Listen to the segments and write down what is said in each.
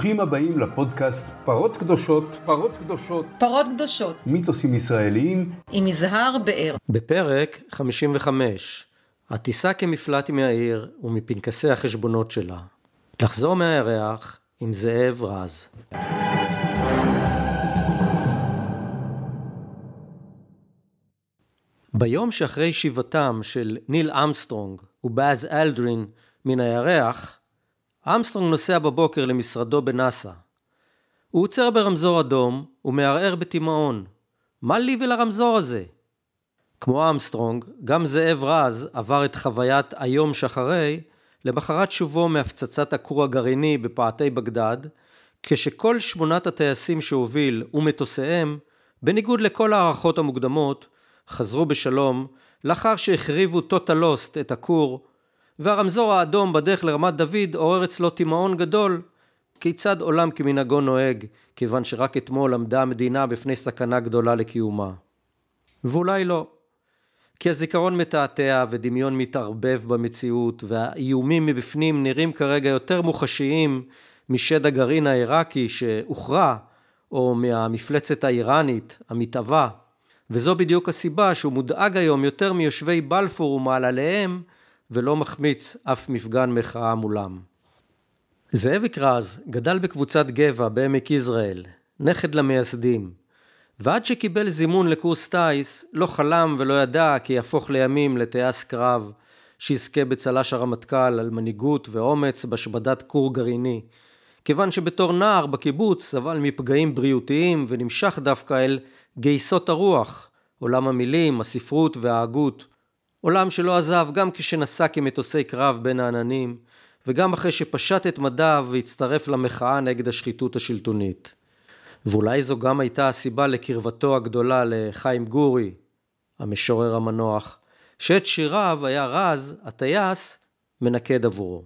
ברוכים הבאים לפודקאסט פרות קדושות, פרות קדושות. פרות קדושות. מיתוסים ישראליים. עם יזהר באר. בפרק 55. הטיסה כמפלט מהעיר ומפנקסי החשבונות שלה. לחזור מהירח עם זאב רז. ביום שאחרי שיבתם של ניל אמסטרונג ובאז אלדרין מן הירח, אמסטרונג נוסע בבוקר למשרדו בנאסא. הוא עוצר ברמזור אדום ומערער בתימהון. מה לי ולרמזור הזה? כמו אמסטרונג, גם זאב רז עבר את חוויית היום שאחרי, למחרת שובו מהפצצת הכור הגרעיני בפאתי בגדד, כשכל 8 הטייסים שהוביל ומטוסיהם, בניגוד לכל הערכות המוקדמות, חזרו בשלום, לאחר שהחריבו טוטלוסט את הכור, והרמזור האדום בדרך לרמת דוד עורר אצלו תימהון גדול, כיצד עולם כמנהגו נוהג, כיוון שרק אתמול עמדה המדינה בפני סכנה גדולה לקיומה. ואולי לא. כי הזיכרון מתעתע ודמיון מתערבב במציאות, והאיומים מבפנים נראים כרגע יותר מוחשיים משד הגרעין העיראקי שהוכרע, או מהמפלצת האיראנית המתהווה. וזו בדיוק הסיבה שהוא מודאג היום יותר מיושבי בלפור ומעלליהם, ולא מחמיץ אף מפגן מחאה מולם. זאביק רז גדל בקבוצת גבע בעמק יזרעאל, נכד למייסדים, ועד שקיבל זימון לקורס טייס, לא חלם ולא ידע כי יהפוך לימים לטייס קרב, שיזכה בצל"ש הרמטכ"ל על מנהיגות ואומץ בהשבדת כור גרעיני, כיוון שבתור נער בקיבוץ סבל מפגעים בריאותיים ונמשך דווקא אל גייסות הרוח, עולם המילים, הספרות וההגות, עולם שלא עזב גם כשנסע כמטוסי קרב בין העננים, וגם אחרי שפשט את מדיו והצטרף למחאה נגד השחיתות השלטונית. ואולי זו גם הייתה הסיבה לקרבתו הגדולה לחיים גורי, המשורר המנוח, שאת שיריו היה רז, הטייס, מנקד עבורו.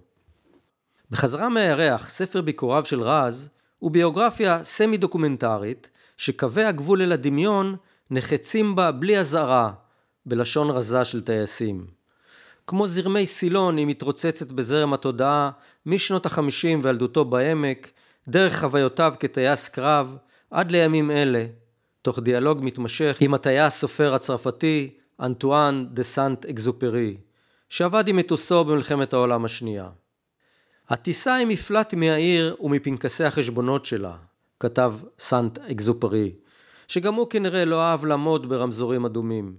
בחזרה מהירח, ספר ביקוריו של רז, הוא ביוגרפיה סמי דוקומנטרית, שקווי הגבול אל הדמיון נחצים בה בלי הזרה, בלשון רזה של טייסים. כמו זרמי סילון היא מתרוצצת בזרם התודעה משנות ה-50 וילדותו בעמק, דרך חוויותיו כטייס קרב, עד לימים אלה, תוך דיאלוג מתמשך עם הטייס סופר הצרפתי, אנטואן דה סנט אקזופרי, שעבד עם מטוסו במלחמת העולם השנייה. הטיסה היא מפלט מהעיר ומפנקסי החשבונות שלה, כתב סנט אקזופרי, שגם הוא כנראה לא אהב לעמוד ברמזורים אדומים.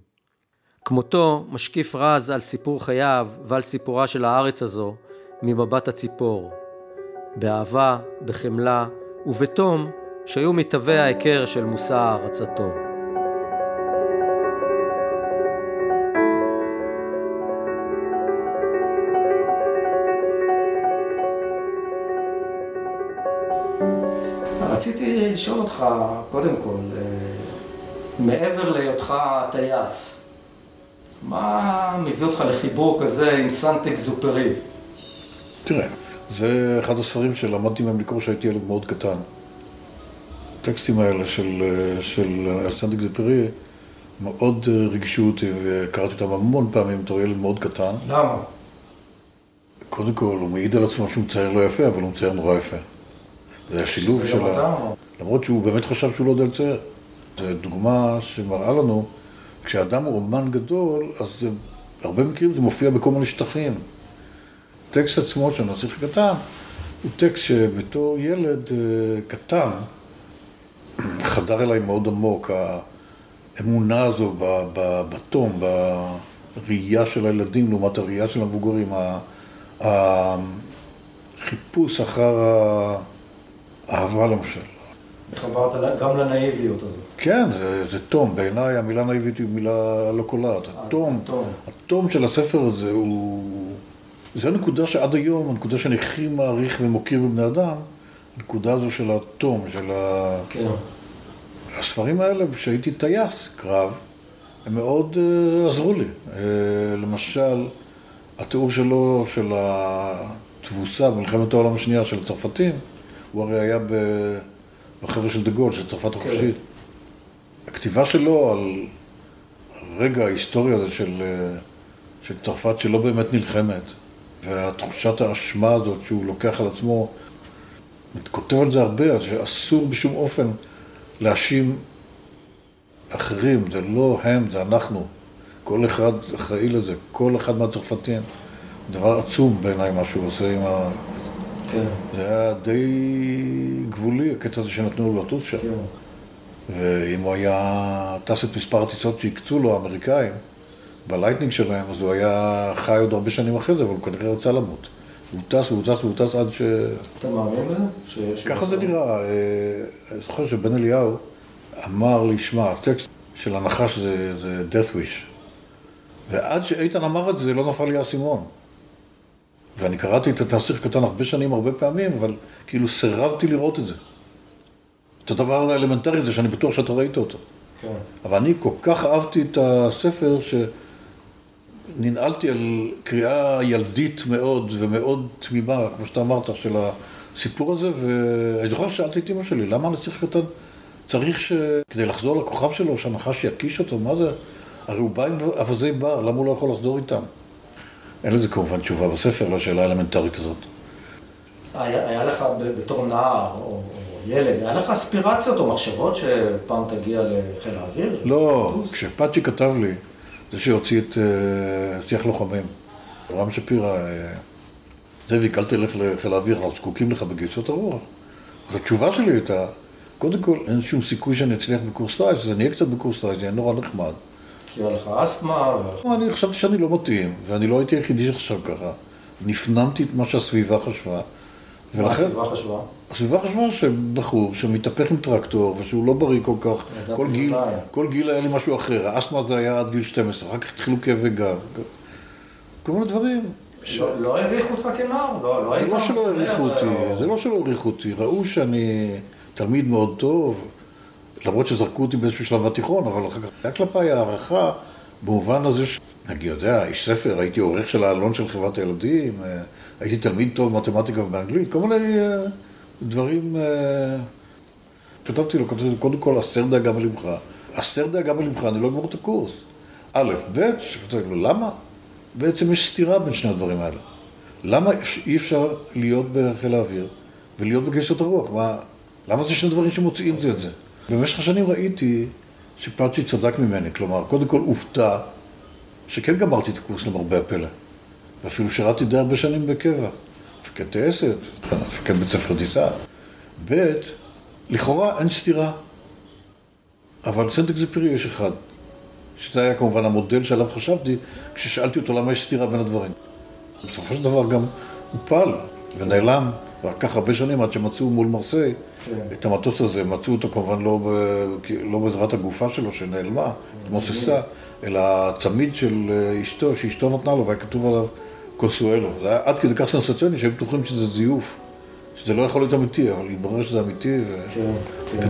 כמותו משקיף רז על סיפור חייו ועל סיפורה של הארץ הזו ממבט הציפור. באהבה, בחמלה ובתום שהיו מטווי ההיכר של מושא הערצתו. רציתי לשאול אותך קודם כל, מעבר להיותך טייס, מה מביא אותך לחיבור כזה עם סנט אקזופרי? תראה, זה אחד הספרים שלמדתי מהם לקרוא שהייתי ילד מאוד קטן. הטקסטים האלה של סנט אקזופרי מאוד ריגשו אותי וקראתי אותם המון פעמים בתור ילד מאוד קטן. למה? קודם כל, הוא מעיד על עצמו שהוא מצייר לא יפה, אבל הוא מצייר נורא יפה. זה השילוב של למרות שהוא באמת חשב שהוא לא יודע לצייר. זו דוגמה שמראה לנו, כשאדם הוא אומן גדול, אז הרבה מקרים זה מופיע בכל מיני שטחים. הטקסט עצמו של הנסיך הקטן, הוא טקסט שבתור ילד קטן, חדר אליי מאוד עמוק, האמונה הזו בתום, בראייה של הילדים לעומת הראייה של המבוגרים, החיפוש אחר האהבה למשל. התחברת גם לנאיביות הזאת. כן, זה תום. בעיניי המילה נאיבית היא מילה לא קולעת. התום של הספר הזה הוא... זו הנקודה שעד היום, הנקודה שאני הכי מעריך ומוקיר בבני אדם, הנקודה הזו של התום, של כן. הספרים האלה, כשהייתי טייס קרב, הם מאוד עזרו לי. למשל, התיאור שלו, של התבוסה במלחמת העולם השנייה של הצרפתים, הוא הרי היה בחבר'ה של דה גול, של צרפת החופשית. הכתיבה שלו על רגע ההיסטוריה הזה של צרפת שלא באמת נלחמת, והתחושת האשמה הזאת שהוא לוקח על עצמו, כותב על זה הרבה, שאסור בשום אופן להאשים אחרים, זה לא הם, זה אנחנו. כל אחד אחראי לזה, כל אחד מהצרפתים. דבר עצום בעיניי מה שהוא עושה עם ה... כן. זה היה די גבולי, הקטע הזה שנתנו לו לטוס שם. כן. ואם הוא היה טס את מספר הטיסות שהקצו לו, האמריקאים, בלייטנינג שלהם, אז הוא היה חי עוד הרבה שנים אחרי זה, אבל הוא כנראה רצה למות. הוא טס והוא טס והוא טס עד ש... אתה מאמין בזה? ככה זה נראה. אני זוכר שבן אליהו אמר לי, שמע, הטקסט של הנחש זה death wish. ועד שאיתן אמר את זה, לא נפל לי האסימון. ואני קראתי את התסריך קטן הרבה שנים, הרבה פעמים, אבל כאילו סירבתי לראות את זה. את הדבר האלמנטרי זה שאני בטוח שאתה ראית אותו. כן. אבל אני כל כך אהבתי את הספר שננעלתי על קריאה ילדית מאוד ומאוד תמימה, כמו שאתה אמרת, של הסיפור הזה, ואני זוכר ששאלתי את אמא שלי, למה הנסיך קטן צריך כדי לחזור לכוכב שלו, שהנחש יקיש אותו, מה זה? הרי הוא בא עם אבזי בר, למה הוא לא יכול לחזור איתם? אין לזה כמובן תשובה בספר, לשאלה האלמנטרית הזאת. היה לך בתור נער או ילד, היה לך אספירציות או מחשבות שפעם תגיע לחיל האוויר? לא, כשפאצ'י כתב לי, זה שהוציא את שיח לוחמים. אברהם שפירא, זאביק, אל תלך לחיל האוויר, אנחנו זקוקים לך בגייסות הרוח. אז התשובה שלי הייתה, קודם כל, אין שום סיכוי שאני אצליח בקורס טייס, אז אני אהיה קצת בקורס טייס, זה יהיה נורא נחמד. כי היה לך אסתמה? אני חשבתי שאני לא מתאים, ואני לא הייתי היחידי שחשב ככה. נפנמתי את מה שהסביבה חשבה. מה הסביבה חשבה? הסביבה חשבה שבחור שמתהפך עם טרקטור, ושהוא לא בריא כל כך, כל גיל היה לי משהו אחר. האסתמה זה היה עד גיל 12, אחר כך התחילו כאבי גב. כל מיני דברים. לא העריכו אותך כנער? זה לא שלא העריכו אותי, ראו שאני תלמיד מאוד טוב, למרות שזרקו אותי באיזשהו שלב בתיכון, אבל אחר כך היה כלפיי הערכה במובן הזה אני יודע, איש ספר, הייתי עורך של העלון של חברת הילדים, הייתי תלמיד טוב במתמטיקה ובאנגלית, כל מיני דברים, כתבתי לו, קודם כל, הסתר דאגה מלבך. הסתר דאגה מלבך, אני לא אגמור את הקורס. א', ב', שכתבתי לו, למה? בעצם יש סתירה בין שני הדברים האלה. למה אי אפשר להיות בחיל האוויר ולהיות בגייסות הרוח? למה זה שני דברים שמוציאים את זה? במשך השנים ראיתי שפאצ'י צדק ממני, כלומר, קודם כל הופתע שכן גמרתי את הקורס למרבה הפלא, ואפילו שירתי די הרבה שנים בקבע, מפקד טייסת, מפקד בית ספר טיסה. ב', לכאורה אין סתירה, אבל סנט-אקזיפרי יש אחד, שזה היה כמובן המודל שעליו חשבתי, כששאלתי אותו למה יש סתירה בין הדברים. בסופו של דבר גם הופל ונעלם, רק כך הרבה שנים עד שמצאו מול מרסיי את המטוס הזה, מצאו אותו כמובן לא בעזרת הגופה שלו שנעלמה, התמוססה, אלא הצמיד של אשתו, שאשתו נתנה לו, והיה כתוב עליו קונסואלו. זה היה עד כדי כך סנסציוני שהיו בטוחים שזה זיוף, שזה לא יכול להיות אמיתי, אבל התברר שזה אמיתי. כן, כן.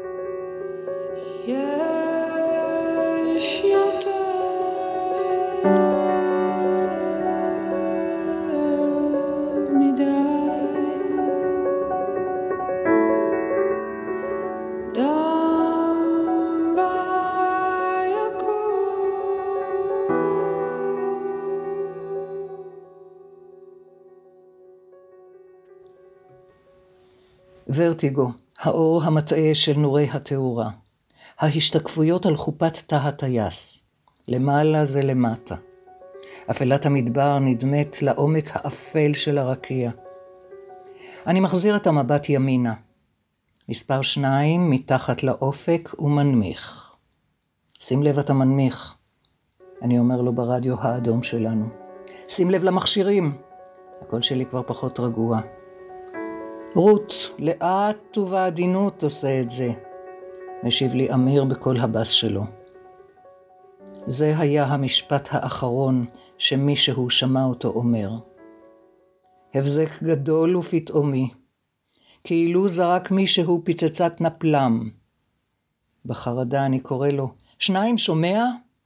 ורטיגו, האור המטעה של נורי התאורה. ההשתקפויות על חופת תא הטייס. למעלה זה למטה. אפלת המדבר נדמת לעומק האפל של הרקיע. אני מחזיר את המבט ימינה. מספר 2 מתחת לאופק ומנמיך. שים לב אתה מנמיך. אני אומר לו ברדיו האדום שלנו. שים לב למכשירים. הקול שלי כבר פחות רגוע. רות, לאט ובעדינות עושה את זה, משיב לי אמיר בקול הבס שלו. זה היה המשפט האחרון שמישהו שמע אותו אומר. הבזק גדול ופתאומי, כאילו זרק מישהו פצצת נפלם. בחרדה אני קורא לו, 2 שומע?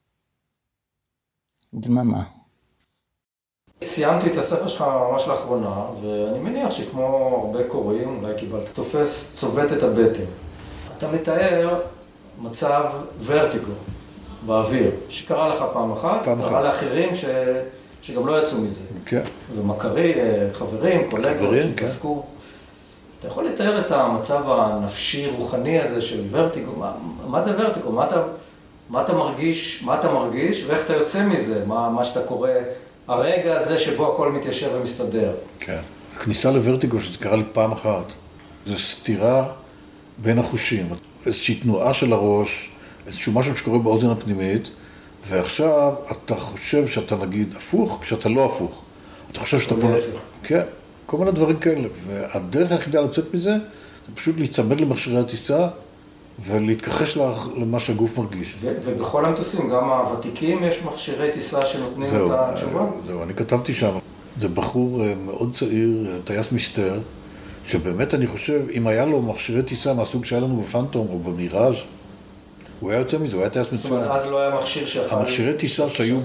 דממה. סיימתי את הספר שלך ממש לאחרונה, ואני מניח שכמו הרבה קוראים, אולי קיבלת תופס, צובט את הבטן. אתה מתאר מצב ורטיגו באוויר, שקרה לך פעם אחת, קרה לאחרים שגם לא יצאו מזה. כן. ומכרי, חברים, קולגות, שהתעסקו. אתה יכול לתאר את המצב הנפשי-רוחני הזה של ורטיגו? מה זה ורטיגו? מה אתה מרגיש ואיך אתה יוצא מזה? מה שאתה קורא, הרגע הזה שבו הכל מתיישב ומסתדר. כן. הכניסה לוורטיגו, שזה קרה לי פעם אחת, זה סתירה בין החושים. איזושהי תנועה של הראש, איזשהו משהו שקורה באוזן הפנימית, ועכשיו אתה חושב שאתה נגיד הפוך, כשאתה לא הפוך. אתה חושב שאתה פה... כן, כל מיני דברים כאלה. והדרך היחידה לצאת מזה, זה פשוט להיצמד למכשירי הטיסה, ולהתכחש למה שהגוף מרגיש. ובכל המטוסים, גם הוותיקים, יש מכשירי טיסה שנותנים את התשובה? זהו, אני כתבתי שם. זה בחור מאוד צעיר, טייס מיסטר, שבאמת אני חושב, אם היה לו מכשירי טיסה מהסוג שהיה לנו בפנטום או במיראז', הוא היה יוצא מזה, הוא היה טייס מצוין. זאת אומרת, אז לא היה מכשיר שיכול... המכשירי טיסה שהיו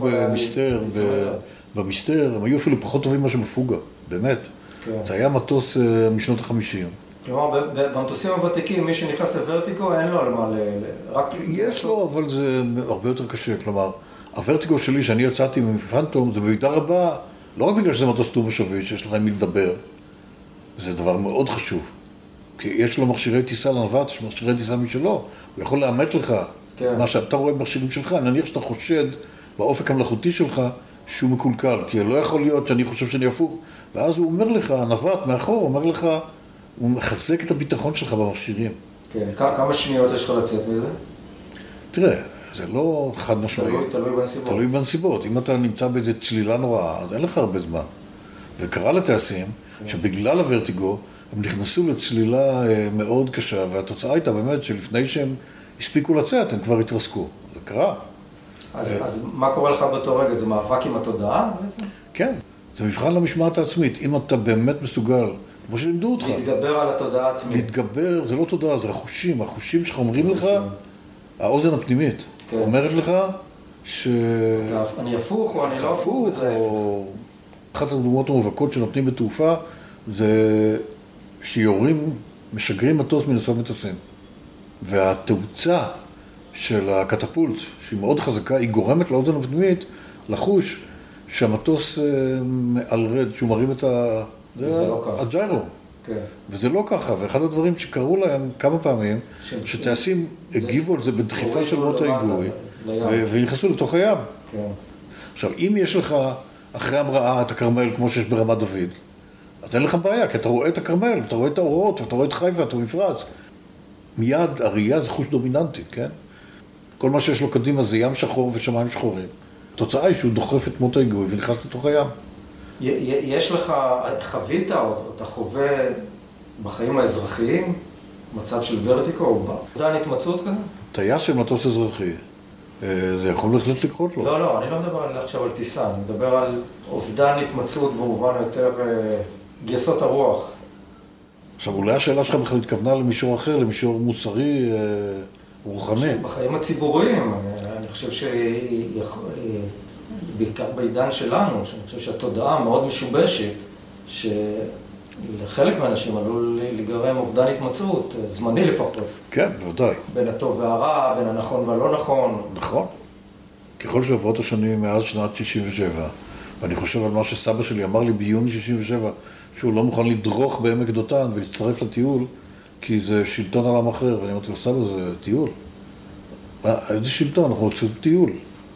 במיסטר, הם היו אפילו פחות טובים מה שבפוגה, באמת. זה היה מטוס משנות ה-50. כלומר, במטוסים הוותיקים, מי שנכנס לוורטיגו, אין לו על מה יש לו, אבל זה הרבה יותר קשה. כלומר, הוורטיגו שלי, שאני יצאתי מפנטום, זה במידה רבה, לא רק בגלל שזה מטוס דו-מושבי, שיש לך עם מי לדבר, זה דבר מאוד חשוב. כי יש לו מכשירי טיסה לנווט, יש מכשירי טיסה משלו, הוא יכול לאמת לך מה שאתה רואה במכשירים שלך, נניח שאתה חושד באופק המלאכותי שלך שהוא מקולקל, כי לא יכול להיות שאני חושב שאני הפוך, ואז הוא אומר לך, הנווט מאחור, אומר לך, הוא מחזק את הביטחון שלך במכשירים. כן, כמה שניות יש לך לצאת מזה? תראה, זה לא חד משמעי. תלוי בנסיבות. תלוי בנסיבות. אם אתה נמצא באיזו צלילה נוראה, אז אין לך הרבה זמן. וקרה לטייסים שבגלל הוורטיגו, הם נכנסו לצלילה מאוד קשה, והתוצאה הייתה באמת שלפני שהם הספיקו לצאת, הם כבר התרסקו. זה קרה. אז מה קורה לך באותו רגע? זה מאבק עם התודעה בעצם? כן, זה מבחן למשמעת העצמית. אם אתה באמת מסוגל, כמו שלימדו אותך. להתגבר על התודעה העצמית. להתגבר, זה לא תודעה, זה החושים. החושים שלך אומרים לך, האוזן הפנימית אומרת לך אני הפוך או אני לא הפוך. אחת הדוגמאות המובהקות שנותנים בתעופה זה שיורים, משגרים מטוס מנסות מטוסים. והתאוצה של הקטפולט, שהיא מאוד חזקה, היא גורמת לאוזן הפנימית לחוש שהמטוס מעלרד, שהוא מרים את הג'יירו. וזה לא ככה, ואחד הדברים שקראו להם כמה פעמים, שטייסים הגיבו על זה בדחיפה של מוט ההיגוי, ונכנסו לתוך הים. עכשיו, אם יש לך אחרי המראה את הכרמל כמו שיש ברמת דוד, אז אין לך בעיה, כי אתה רואה את הכרמל, ואתה רואה את האורות, ואתה רואה את חיפה, ואתה מפרץ. מיד הראייה זה חוש דומיננטי, כן? כל מה שיש לו קדימה זה ים שחור ושמיים שחורים. התוצאה היא שהוא דוחף את מוט ההיגוי ונכנס לתוך הים. יש לך, חווית או אתה חווה בחיים האזרחיים מצב של ורטיגו או אובדן התמצאות כזה? טייס של מטוס אזרחי, זה יכול בהחלט לקרות לו. לא, אני לא מדבר עכשיו על טיסה, אני מדבר על אובדן התמצאות במובן יותר גייסות הרוח. עכשיו, אולי השאלה שלך בכלל התכוונה למישור אחר, למישור מוסרי, רוחני. בחיים הציבוריים, אני חושב בעיקר בעידן שלנו, שאני חושב שהתודעה מאוד משובשת, שלחלק מהאנשים עלול להיגרם אובדן התמצאות, זמני לפחות. כן, בוודאי. בין הטוב והרע, בין הנכון והלא נכון. נכון. ככל שעברות השנים מאז שנת 67, ואני חושב על מה שסבא שלי אמר לי ביוני 67, שהוא לא מוכן לדרוך בעמק דותן ולהצטרף לטיול, כי זה שלטון עולם אחר, ואני אמרתי לו, סבא, זה טיול. איזה שלטון? אנחנו רוצים טיול.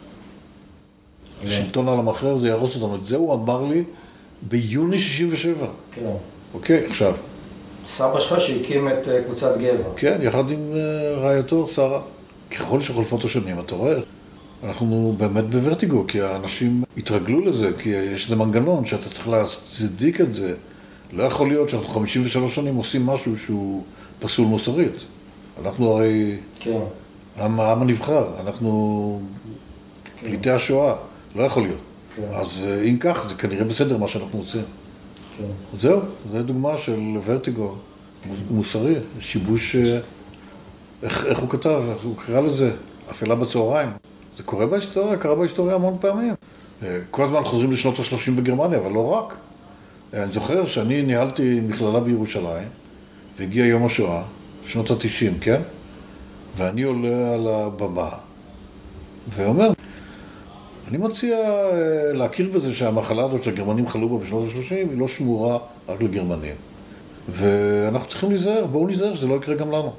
שלטון עולם אחר, זה ירוס אותנו. את זה הוא אמר לי ביוני 67. כן. אוקיי, עכשיו. סבא שלך שהקים את קבוצת גבע. כן, יחד עם רעייתו, שרה. ככל שחולפות השנים, אתה רואה, אנחנו באמת בוורטיגו, כי האנשים התרגלו לזה, כי יש איזה מנגנון שאתה צריך להצדיק את זה. לא יכול להיות שאנחנו 53 שנים עושים משהו שהוא פסול מוסרית. אנחנו הרי העם הנבחר, אנחנו פליטי השואה, לא יכול להיות. אז אם כך, זה כנראה בסדר מה שאנחנו עושים. זהו, זו דוגמה של ורטיגו, מוסרי, שיבוש, איך הוא כתב, הוא קרא לזה, אפלה בצהריים. זה קורה בהיסטוריה, קרה בהיסטוריה המון פעמים. כל הזמן חוזרים לשנות ה-30 בגרמניה, אבל לא רק. אני זוכר שאני ניהלתי מכללה בירושלים, והגיע יום השואה, שנות ה-90, כן? ואני עולה על הבמה, ואומר, אני מציע להכיר בזה שהמחלה הזאת שהגרמנים חלו בה בשנות ה-30, היא לא שמורה רק לגרמנים. ואנחנו צריכים להיזהר, בואו נזהר שזה לא יקרה גם לנו.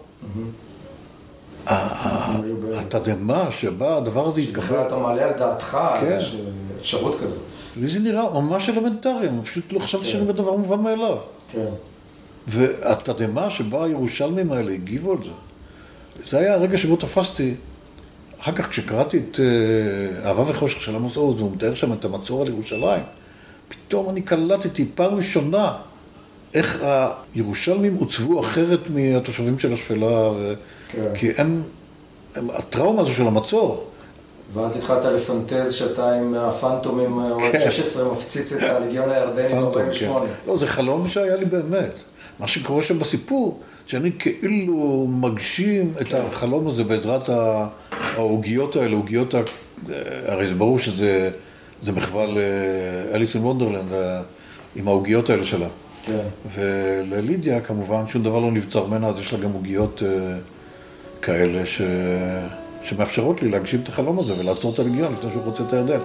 התדהמה שבה הדבר הזה יתקבל. שבכלל אתה מעלה על דעתך, יש אפשרות כזאת. לי זה נראה ממש אלמנטרי, אני פשוט לא חשבתי שאני בדבר מובן מאליו. כן. והתדהמה שבה הירושלמים האלה הגיבו על זה, זה היה הרגע שבו תפסתי, אחר כך כשקראתי את אהבה וחושך של עמוס עוז, והוא מתאר שם את המצור על ירושלים, פתאום אני קלטתי פעם ראשונה איך הירושלמים עוצבו אחרת מהתושבים של השפלה, כי הטראומה הזו של המצור. ואז התחלת לפנטז שאתה עם הפנטומים, או 16 מפציץ את הלגיון הירדני ב-48. לא, זה חלום שהיה לי באמת. מה שקורה שם בסיפור, שאני כאילו מגשים את החלום הזה בעזרת העוגיות האלה, הרי זה ברור שזה מחווה לאליס אין וונדרלנד, עם העוגיות האלה שלה. וללידיה כמובן שום דבר לא נבצר ממנה, אז יש לה גם עוגיות כאלה שמאפשרות לי להגשים את החלום הזה ולעצור את הלגיון לפני שהוא רוצה את הירדן.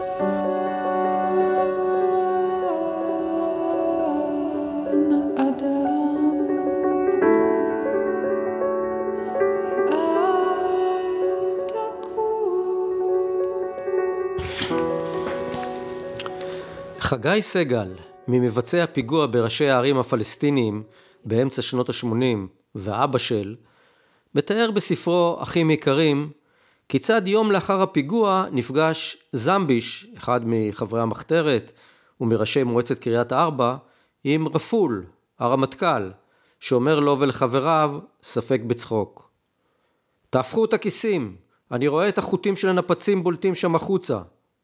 חגי סגל, ממבצעי הפיגוע בראשי הערים הפלסטיניים באמצע שנות ה-80 ואבא של, מתאר בספרו אחים יקרים כיצד יום לאחר הפיגוע נפגש זמביש, אחד מחברי המחתרת ומראשי מועצת קריית הארבע, עם רפול, הרמטכ"ל, שאומר לו ולחבריו ספק בצחוק. תהפכו את הכיסים, אני רואה את החוטים של הנפצים בולטים שם החוצה.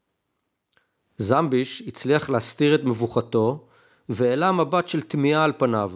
זמביש הצליח להסתיר את מבוכתו והעלה מבט של תמיהה על פניו.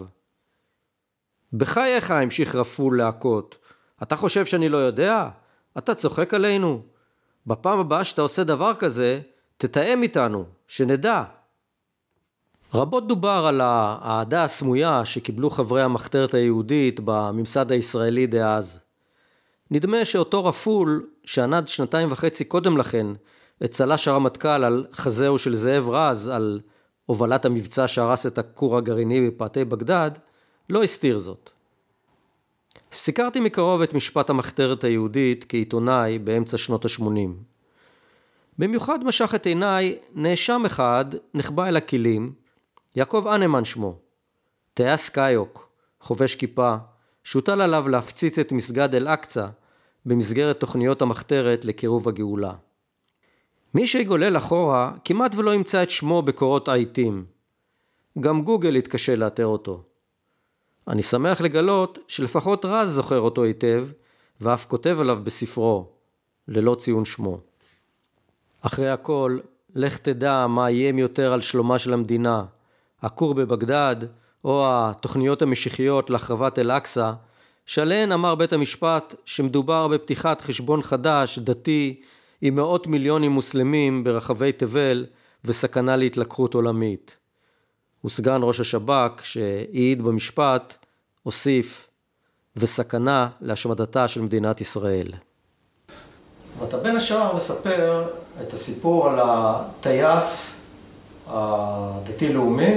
בחייך המשיך רפול להכות. אתה חושב שאני לא יודע? אתה צוחק עלינו. בפעם הבאה שאתה עושה דבר כזה, תתאם איתנו, שנדע. רבות דובר על האהדה הסמויה שקיבלו חברי המחתרת היהודית בממסד הישראלי דאז. נדמה שאותו רפול, שענד 2.5 קודם לכן, את צלש הרמטכ"ל על חזהו של זאב רז, על הובלת המבצע שהרס את הכור הגרעיני בפאתי בגדד, לא הסתיר זאת. סיקרתי מקרוב את משפט המחתרת היהודית כעיתונאי באמצע שנות ה-80. במיוחד משך את עיניי נאשם אחד נחבא אל הכלים, יעקב אנמן שמו, טייס קיוק, חובש כיפה, שהוטל עליו להפציץ את מסגד אל-אקצה במסגרת תוכניות המחתרת לקירוב הגאולה. מי שיגולל אחורה כמעט ולא ימצא את שמו בקורות העיתים. גם גוגל יתקשה לאתר אותו. אני שמח לגלות שלפחות רז זוכר אותו היטב, ואף כותב עליו בספרו, ללא ציון שמו. אחרי הכל, לך תדע מה יהיה יותר על שלומה של המדינה, הכור בבגדד, או התוכניות המשיחיות להחרבת אל-אקצה, שעליהן אמר בית המשפט שמדובר בפתיחת חשבון חדש, דתי, עם מאות מיליונים מוסלמים ברחבי תבל וסכנה להתלקחות עולמית. וסגן ראש השב"כ שהעיד במשפט הוסיף וסכנה להשמדתה של מדינת ישראל. ואתה בין השאר מספר את הסיפור על הטייס הדתי-לאומי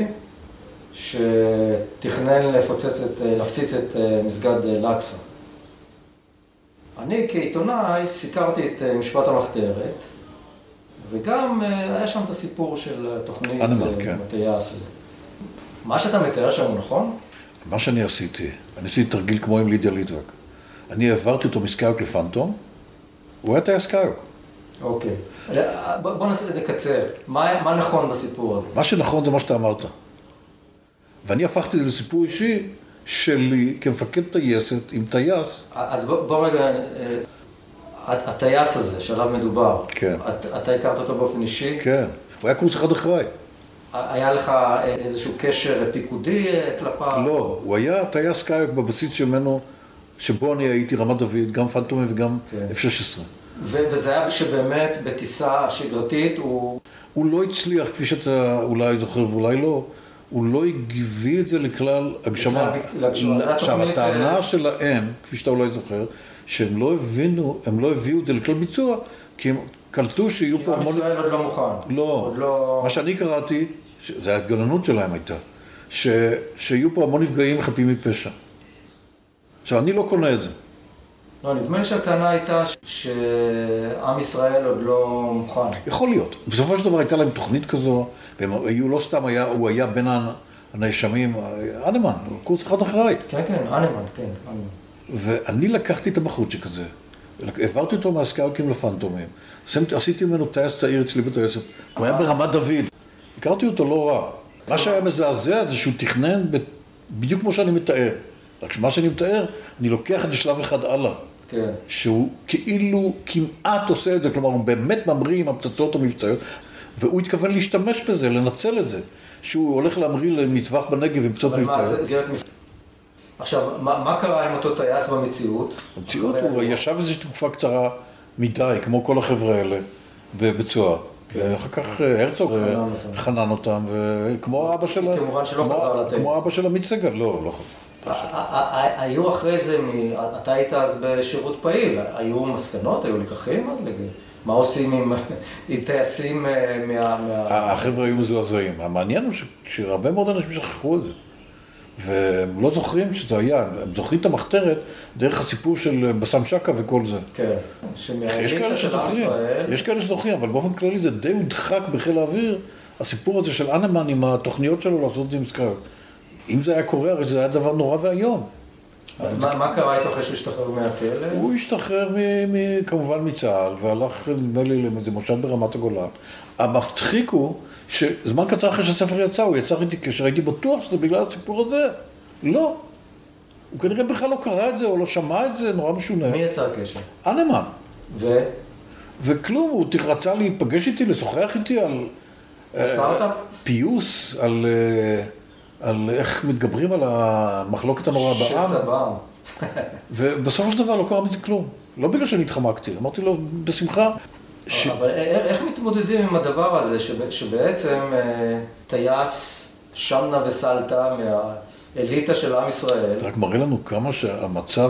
שתכנן להפציץ את מסגד אל-אקצה. אני כעיתונאי סיקרתי את משפט המחתרת, וגם היה שם את הסיפור של תוכנית הטייס הזה. מה שאתה מתאר שם הוא נכון? מה שאני עשיתי תרגיל כמו עם לידיה ליטבק. אני העברתי אותו מסקיוק לפנטום, הוא היה טייס קיוק. אוקיי. בוא נקצר. מה נכון בסיפור הזה? מה שנכון זה מה שאתה אמרת. ואני הפכתי את זה לסיפור אישי שלי כמפקד טייסת עם טייס. אז בוא רגע, הטייס הזה שעליו מדובר, כן. אתה הכרת אותו באופן אישי? כן, הוא היה קורס אחד אחראי. היה לך איזשהו קשר פיקודי כלפיו? לא, הוא היה טייס קיוק בבסיס שמנו, שבו אני הייתי רמת דוד, גם פנטומי וגם F-16. וזה היה שבאמת בטיסה שגרתית הוא... הוא לא הצליח, כפי שאתה אולי זוכר ואולי לא, הוא לא הגיבי את זה לכלל הגשמה. עכשיו, הטענה שלהם, כפי שאתה אולי זוכר, שהם לא הבינו, הם לא הביאו את זה לכלל ביצוע, כי הם קלטו שיהיו פה... כי עם ישראל עוד לא מוכן. לא, מה שאני קראתי, זה ההתגוננות שלהם הייתה, שיהיו פה המון נפגעים חפים מפשע. עכשיו, אני לא קונה את זה. לא, נדמה לי שהטענה הייתה שעם ישראל עוד לא מוכן. יכול להיות. בסופו של דבר הייתה להם תוכנית כזו, והם היו לא סתם, הוא היה בין הנאשמים, אנמן, קורס אחד אחריי. כן, אנמן, כן, אנמן. ואני לקחתי את הבחורצ'יק הזה, העברתי אותו מהסקאוטים לפנטומים, עשיתי ממנו טייס צעיר אצלי בטייסת, הוא היה ברמת דוד, הכרתי אותו לא רע. מה שהיה מזעזע זה שהוא תכנן בדיוק כמו שאני מתאר, רק שמה שאני מתאר, אני לוקח את זה שלב אחד הלאה, כן. שהוא כאילו כמעט עושה את זה, כלומר הוא באמת ממריא עם הפצצות המבצעיות, והוא התכוון להשתמש בזה, לנצל את זה, שהוא הולך להמריא למטווח בנגב עם פצצות מבצעיות. עכשיו, מה קרה עם אותו טייס במציאות? במציאות הוא ישב איזושהי תקופה קצרה מדי, כמו כל החבר'ה האלה, בצועה. ואחר כך הרצוג חנן אותם, וכמו אבא של... כמובן שלא חזר לטייס. כמו אבא של עמית סגל, לא חזר. היו אחרי זה, אתה היית אז בשירות פעיל, היו מסקנות, היו לקחים אז? מה עושים עם טייסים החבר'ה היו מזועזעים. המעניין הוא שהרבה מאוד אנשים שכחו את זה. והם לא זוכרים שזה היה, הם זוכרים את המחתרת דרך הסיפור של בסם שקה וכל זה. כן. יש כאלה שזוכרים, אבל באופן כללי זה די הודחק בחיל האוויר, הסיפור הזה של אנמן עם התוכניות שלו לעשות את זה עם סקאוט. אם זה היה קורה, הרי זה היה דבר נורא והיום. מה קרה איתו אחרי שהוא השתחרר מהכלא? הוא השתחרר כמובן מצה"ל, והלך נדמה לי לאיזה מושב ברמת הגולן. המפתחיק הוא שזמן קצר אחרי שהספר יצא, הוא יצא איתי קשר, הייתי בטוח שזה בגלל הסיפור הזה. לא. הוא כנראה בכלל לא קרא את זה, או לא שמע את זה, נורא משונה. מי יצא הקשר? אנמן. וכלום, הוא רצה להיפגש איתי, לשוחח איתי על... סטארט-אפ? פיוס, על איך מתגברים על המחלוקת הנוראה בעם. שסבם. ובסופו של דבר לא קרה מזה כלום. לא בגלל שאני התחמקתי, אמרתי לו בשמחה. אבל איך מתמודדים עם הדבר הזה, שבעצם טייס שמנה וסלטה מהאליטה של עם ישראל? זה רק מראה לנו כמה שהמצב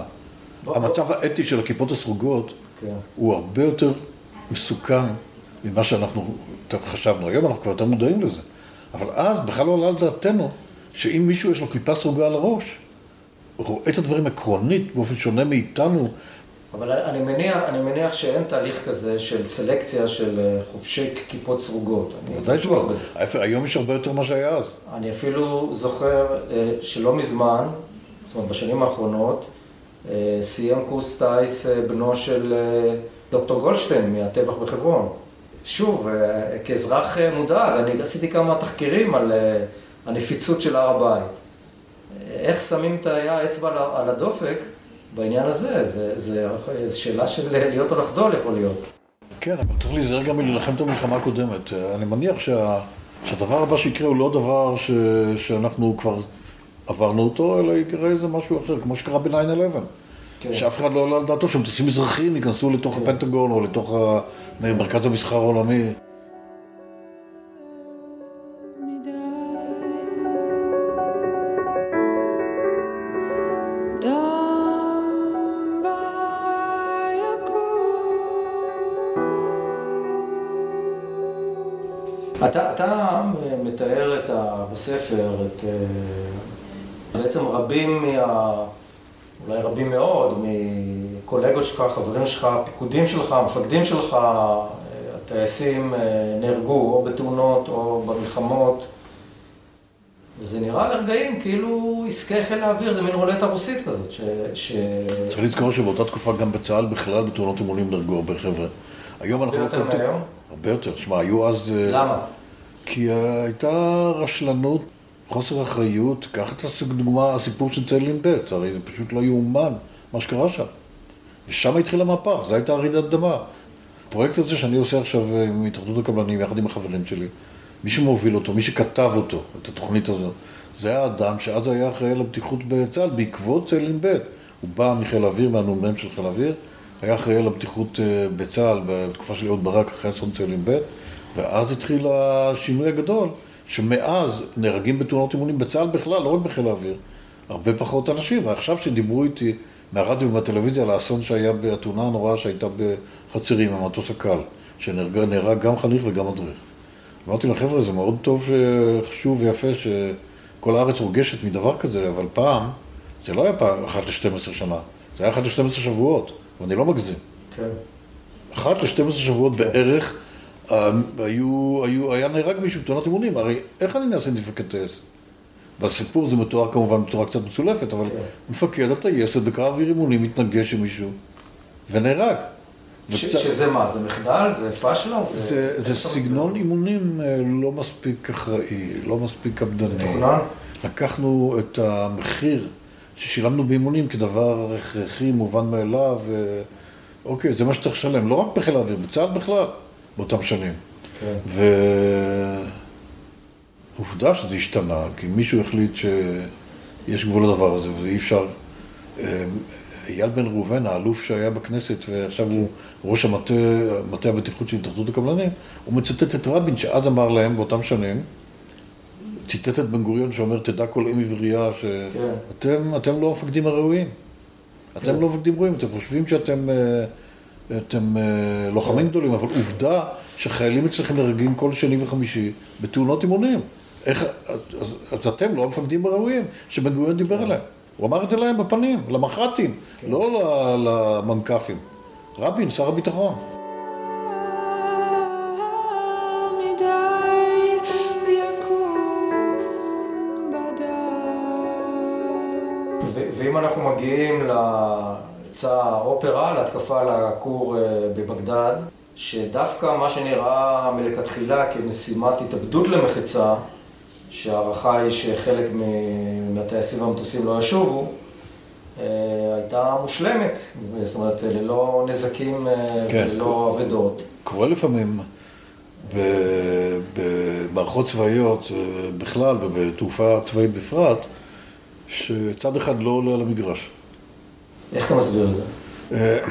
האתי של הכיפות הסרוגות הוא הרבה יותר מסוכן ממה שאנחנו חשבנו. היום אנחנו כבר יותר מודעים לזה. אבל אז בכלל לא עלה על דעתנו שאם מישהו יש לו כיפה סרוגה על הראש, רואה את הדברים עקרונית באופן שונה מאיתנו. אבל אני מניח שאין תהליך כזה של סלקציה של חובשי כיפות סרוגות. ודאי שלא. היום יש הרבה יותר מה שהיה אז. אני אפילו זוכר שלא מזמן, זאת אומרת בשנים האחרונות, סיים קורס טייס בנו של דוקטור גולדשטיין מהטבח בחברון. שוב, כאזרח מודאג, אני עשיתי כמה תחקירים על הנפיצות של הר הבית. איך שמים את האצבע על הדופק בעניין הזה? זה שאלה של להיות או לחדול יכול להיות. כן, אבל צריך להיזהר גם מלהילחם את המלחמה הקודמת. אני מניח שהדבר הבא שיקרה הוא לא דבר שאנחנו כבר עברנו אותו, אלא יקרה איזה משהו אחר, כמו שקרה ב-9/11. כן. שאף אחד לא עולה על דעתו שמטוסים מזרחיים ייכנסו לתוך הפנטגון או לתוך מרכז המסחר העולמי. אתה מתאר בספר בעצם אולי רבים מאוד מקולגות שלך, חברים שלך, פיקודים שלך, מפקדים שלך, הטייסים נהרגו או בתאונות או במלחמות. וזה נראה לרגעים כאילו עסקי חיל האוויר, זה מין רולטה רוסית כזאת. צריך לזכור שבאותה תקופה גם בצה"ל בכלל בתאונות אימונים נהרגו הרבה חבר'ה. היום אנחנו לא יותר מהיום? הרבה יותר. שמע, היו אז... למה? כי הייתה רשלנות, חוסר אחריות. קח את דוגמה, הסיפור של צאלים ב', הרי זה פשוט לא יאומן מה שקרה שם. ושם התחיל המהפך, זו הייתה רעידת אדמה. הפרויקט הזה שאני עושה עכשיו עם התאחדות הקבלנים, יחד עם החברים שלי, מי שמוביל אותו, מי שכתב אותו, את התוכנית הזאת, זה היה אדם שאז היה אחראי לבטיחות בצה"ל, בעקבות צאלים ב'. הוא בא מחיל האוויר, מהנ"מ של חיל האוויר, היה אחראי לבטיחות בצה"ל בתקופה של אהוד ברק אחרי אסון צאלים ב', ואז התחיל השינוי הגדול, שמאז נהרגים בתאונות אימונים בצה"ל בכלל, לא רק בחיל האוויר, הרבה פחות אנשים. עכשיו שדיברו איתי מהרדיו ומהטלוויזיה על האסון שהיה בתאונה הנוראה שהייתה בחצרים, המטוס הקל, שנהרג גם חניך וגם מדריך. אמרתי לחבר'ה, זה מאוד טוב, חשוב ויפה כל הארץ רוגשת מדבר כזה, אבל פעם, זה לא היה פעם 1 ל-12 שנה, זה היה 1 ל-12 שבועות, ואני לא מגזים. כן. 1 ל-12 שבועות בערך, היה נהרג מישהו בתאונת אימונים, הרי איך אני נעשה מפקד טייס? בסיפור זה מתואר כמובן בצורה קצת מצולפת, אבל מפקד הטייסת בקרב אוויר אימונים מתנגש עם מישהו ונהרג. שזה מה? זה מחדל? זה פשלה? זה סגנון אימונים לא מספיק אחראי, לא מספיק קפדני. מתוכנן? לקחנו את המחיר ששילמנו באימונים כדבר הכרחי, מובן מאליו, אוקיי, זה מה שצריך לשלם, לא רק בחיל האוויר, בצה"ל בכלל, באותם שנים. כן. ועובדה שזה השתנה, כי מישהו החליט שיש גבול לדבר הזה, ואי אפשר... אייל בן ראובן, האלוף שהיה בכנסת, ועכשיו הוא ראש מטה הבטיחות של התאחדות הקבלנים, הוא מצטט את רבין, שאז אמר להם באותם שנים, ציטט את בן גוריון שאומר, תדע כל אם עברייה, שאתם לא המפקדים הראויים. אתם לא מפקדים ראויים, אתם חושבים שאתם לוחמים גדולים, אבל עובדה שחיילים אצלכם נהרגים כל שני וחמישי בתאונות אימונים. אז אתם לא המפקדים הראויים, שבן גוריון דיבר עליהם. הוא אמר את זה להם בפנים, למח"טים, לא למ"כפים. רבין, שר הביטחון. ואם אנחנו מגיעים האופרה, להתקפה על הכור בבגדד, שדווקא מה שנראה מלכתחילה כמשימת התאבדות למחצה, שהערכה היא שחלק מהטייסים והמטוסים לא ישובו, הייתה מושלמת, זאת אומרת, ללא נזקים וללא עבדות. קורה לפעמים במערכות צבאיות בכלל ובתעופה צבאית בפרט, שצד אחד לא עולה על המגרש. איך אתה מסביר את זה?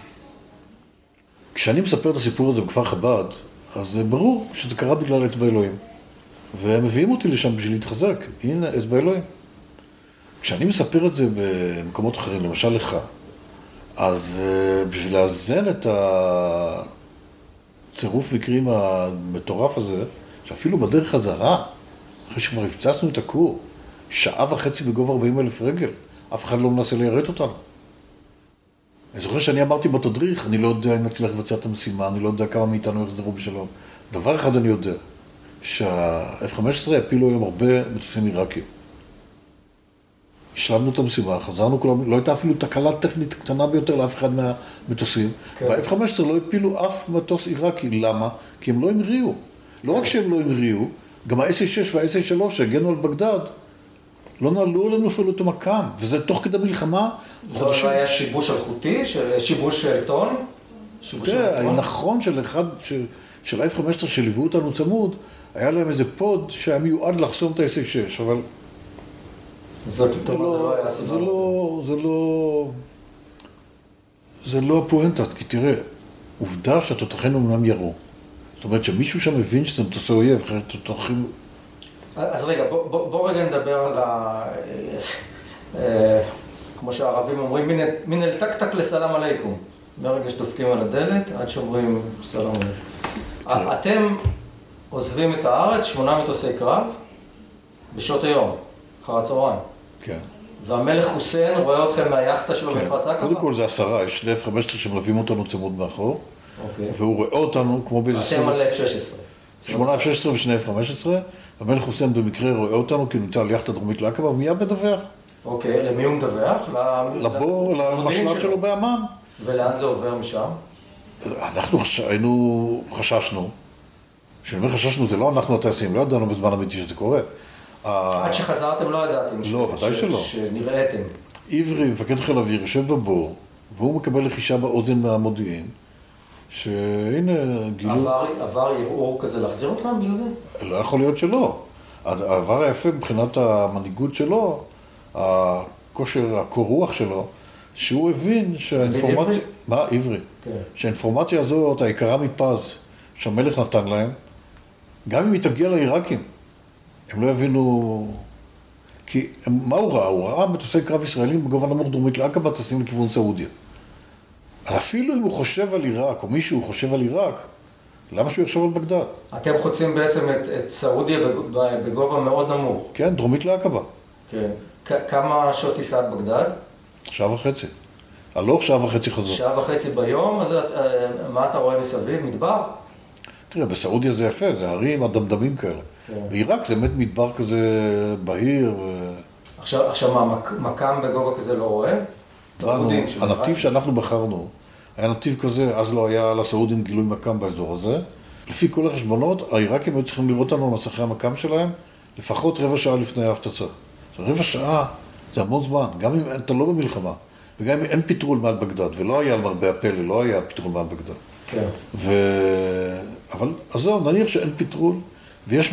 כשאני מספר את הסיפור הזה בכפר חב"ד, אז ברור שזה קרה בגלל אצבע אלוהים. והם מביאים אותי לשם בשביל להתחזק. הנה, אצבע אלוהים. כשאני מספר את זה במקומות אחרים, למשל לך, אז בשביל לאזן את הצירוף מקרים המטורף הזה, שאפילו בדרך חזרה, אחרי שכבר הפצצנו את הכור, 1.5 שעה בגובה 40,000 רגל, אף אחד לא מנסה ליירט אותנו. אני זוכר שאני אמרתי בתדריך, אני לא יודע אם נצליח לבצע את המשימה, אני לא יודע כמה מאיתנו יחזרו בשלום. דבר אחד אני יודע, שה-F-15 הפילו היום הרבה מטוסים עיראקים. השלמנו את המשימה, חזרנו כולם, לא הייתה אפילו תקלה טכנית קטנה ביותר לאף אחד מהמטוסים, וה-F-15 לא הפילו אף מטוס עיראקי. למה? כי הם לא המריאו. לא רק שהם לא המריאו, גם ה-SA-6 וה-SA-3 שהגנו על בגדד, לא נעלו עלינו אפילו את המקם, וזה תוך כדי מלחמה. לא היה שיבוש אלחוטי, שיבוש אלקטרוני? נכון של ה-F-15 שליוו אותנו צמוד, היה להם איזה פוד שהיה מיועד לחסום את ה-SA-6, אבל... זה לא הפואנטה, כי תראה, עובדה שהתותחים אומנם ירו. זאת אומרת שמישהו שם מבין שזה מטוסי אויב, אחרי התותחים... אז רגע, בוא רגע נדבר על כמו שהערבים אומרים, מן אל טק-טק לסלאם עלייקום. ברגע שדופקים על הדלת, עד שאומרים סלאם עלייקום. אתם עוזבים את הארץ, 8 מטוסי קרב, בשעות היום, אחר הצהריים. כן. והמלך חוסיין רואה אתכם מהיחטה שלו במפרץ עקבה? קודם כל זה 10, יש שני F-15 שמלווים אותנו צמוד מאחור, והוא רואה אותנו כמו באיזה סרט. אתם על F-16. 8 F-16 ושני F-15, והמלך חוסיין במקרה רואה אותנו כי הוא נמצא על יחטה דרומית לעקבה, ומיד מדווח. אוקיי, למי הוא מדווח? לבור, למשל"ט שלו באמן. ולאן זה עובר משם? אנחנו חששנו, כשאני אומר חששנו זה לא אנחנו הטייסים, לא ידענו בזמן אמיתי שזה קורה. עד שחזרתם לא ידעתם שנראיתם. עברי, מפקד חיל האוויר, יושב בבור, והוא מקבל לחישה באוזן מהמודיעין, שהנה גילו... עבר ערעור כזה להחזיר אותם בגלל זה? לא יכול להיות שלא. העבר היפה מבחינת המנהיגות שלו, הכושר, הקור רוח שלו, שהוא הבין שהאינפורמציה... מה? עברי. שהאינפורמציה הזאת, היקרה מפז, שהמלך נתן להם, גם אם היא תגיע לעיראקים, הם לא יבינו... כי מה הוא ראה? הוא ראה מטוסי קרב ישראלים בגובה נמוך דרומית לעקבה טסים לכיוון סעודיה. אז אפילו אם הוא חושב על עיראק, או מישהו חושב על עיראק, למה שהוא יחשוב על בגדד? אתם חוצים בעצם את סעודיה בגובה מאוד נמוך. כן, דרומית לעקבה. כן. כמה שעות טיסה עד בגדד? 1.5 שעות. הלוך 1.5 שעות חזור. 1.5 שעות ביום, אז מה אתה רואה מסביב? מדבר? תראה, בסעודיה זה יפה, זה הרים, הדמדמים כאלה. כן. בעיראק זה באמת מדבר כזה בהיר. עכשיו מה, מקם בגובה כזה לא רואה? הנתיב שאנחנו בחרנו, היה נתיב כזה, אז לא היה לסעודים גילוי מקם באזור הזה. לפי כל החשבונות, העיראקים היו צריכים לראות לנו על מסכי המקם שלהם, לפחות 15 שעות לפני ההפצצה. 15 שעות זה המון זמן, גם אם אתה לא במלחמה, וגם אם אין פטרול מעל בגדד, ולא היה על מרבה הפלא, לא היה פטרול מעל בגדד. כן. אבל אז זהו, נניח שאין פטרול, ויש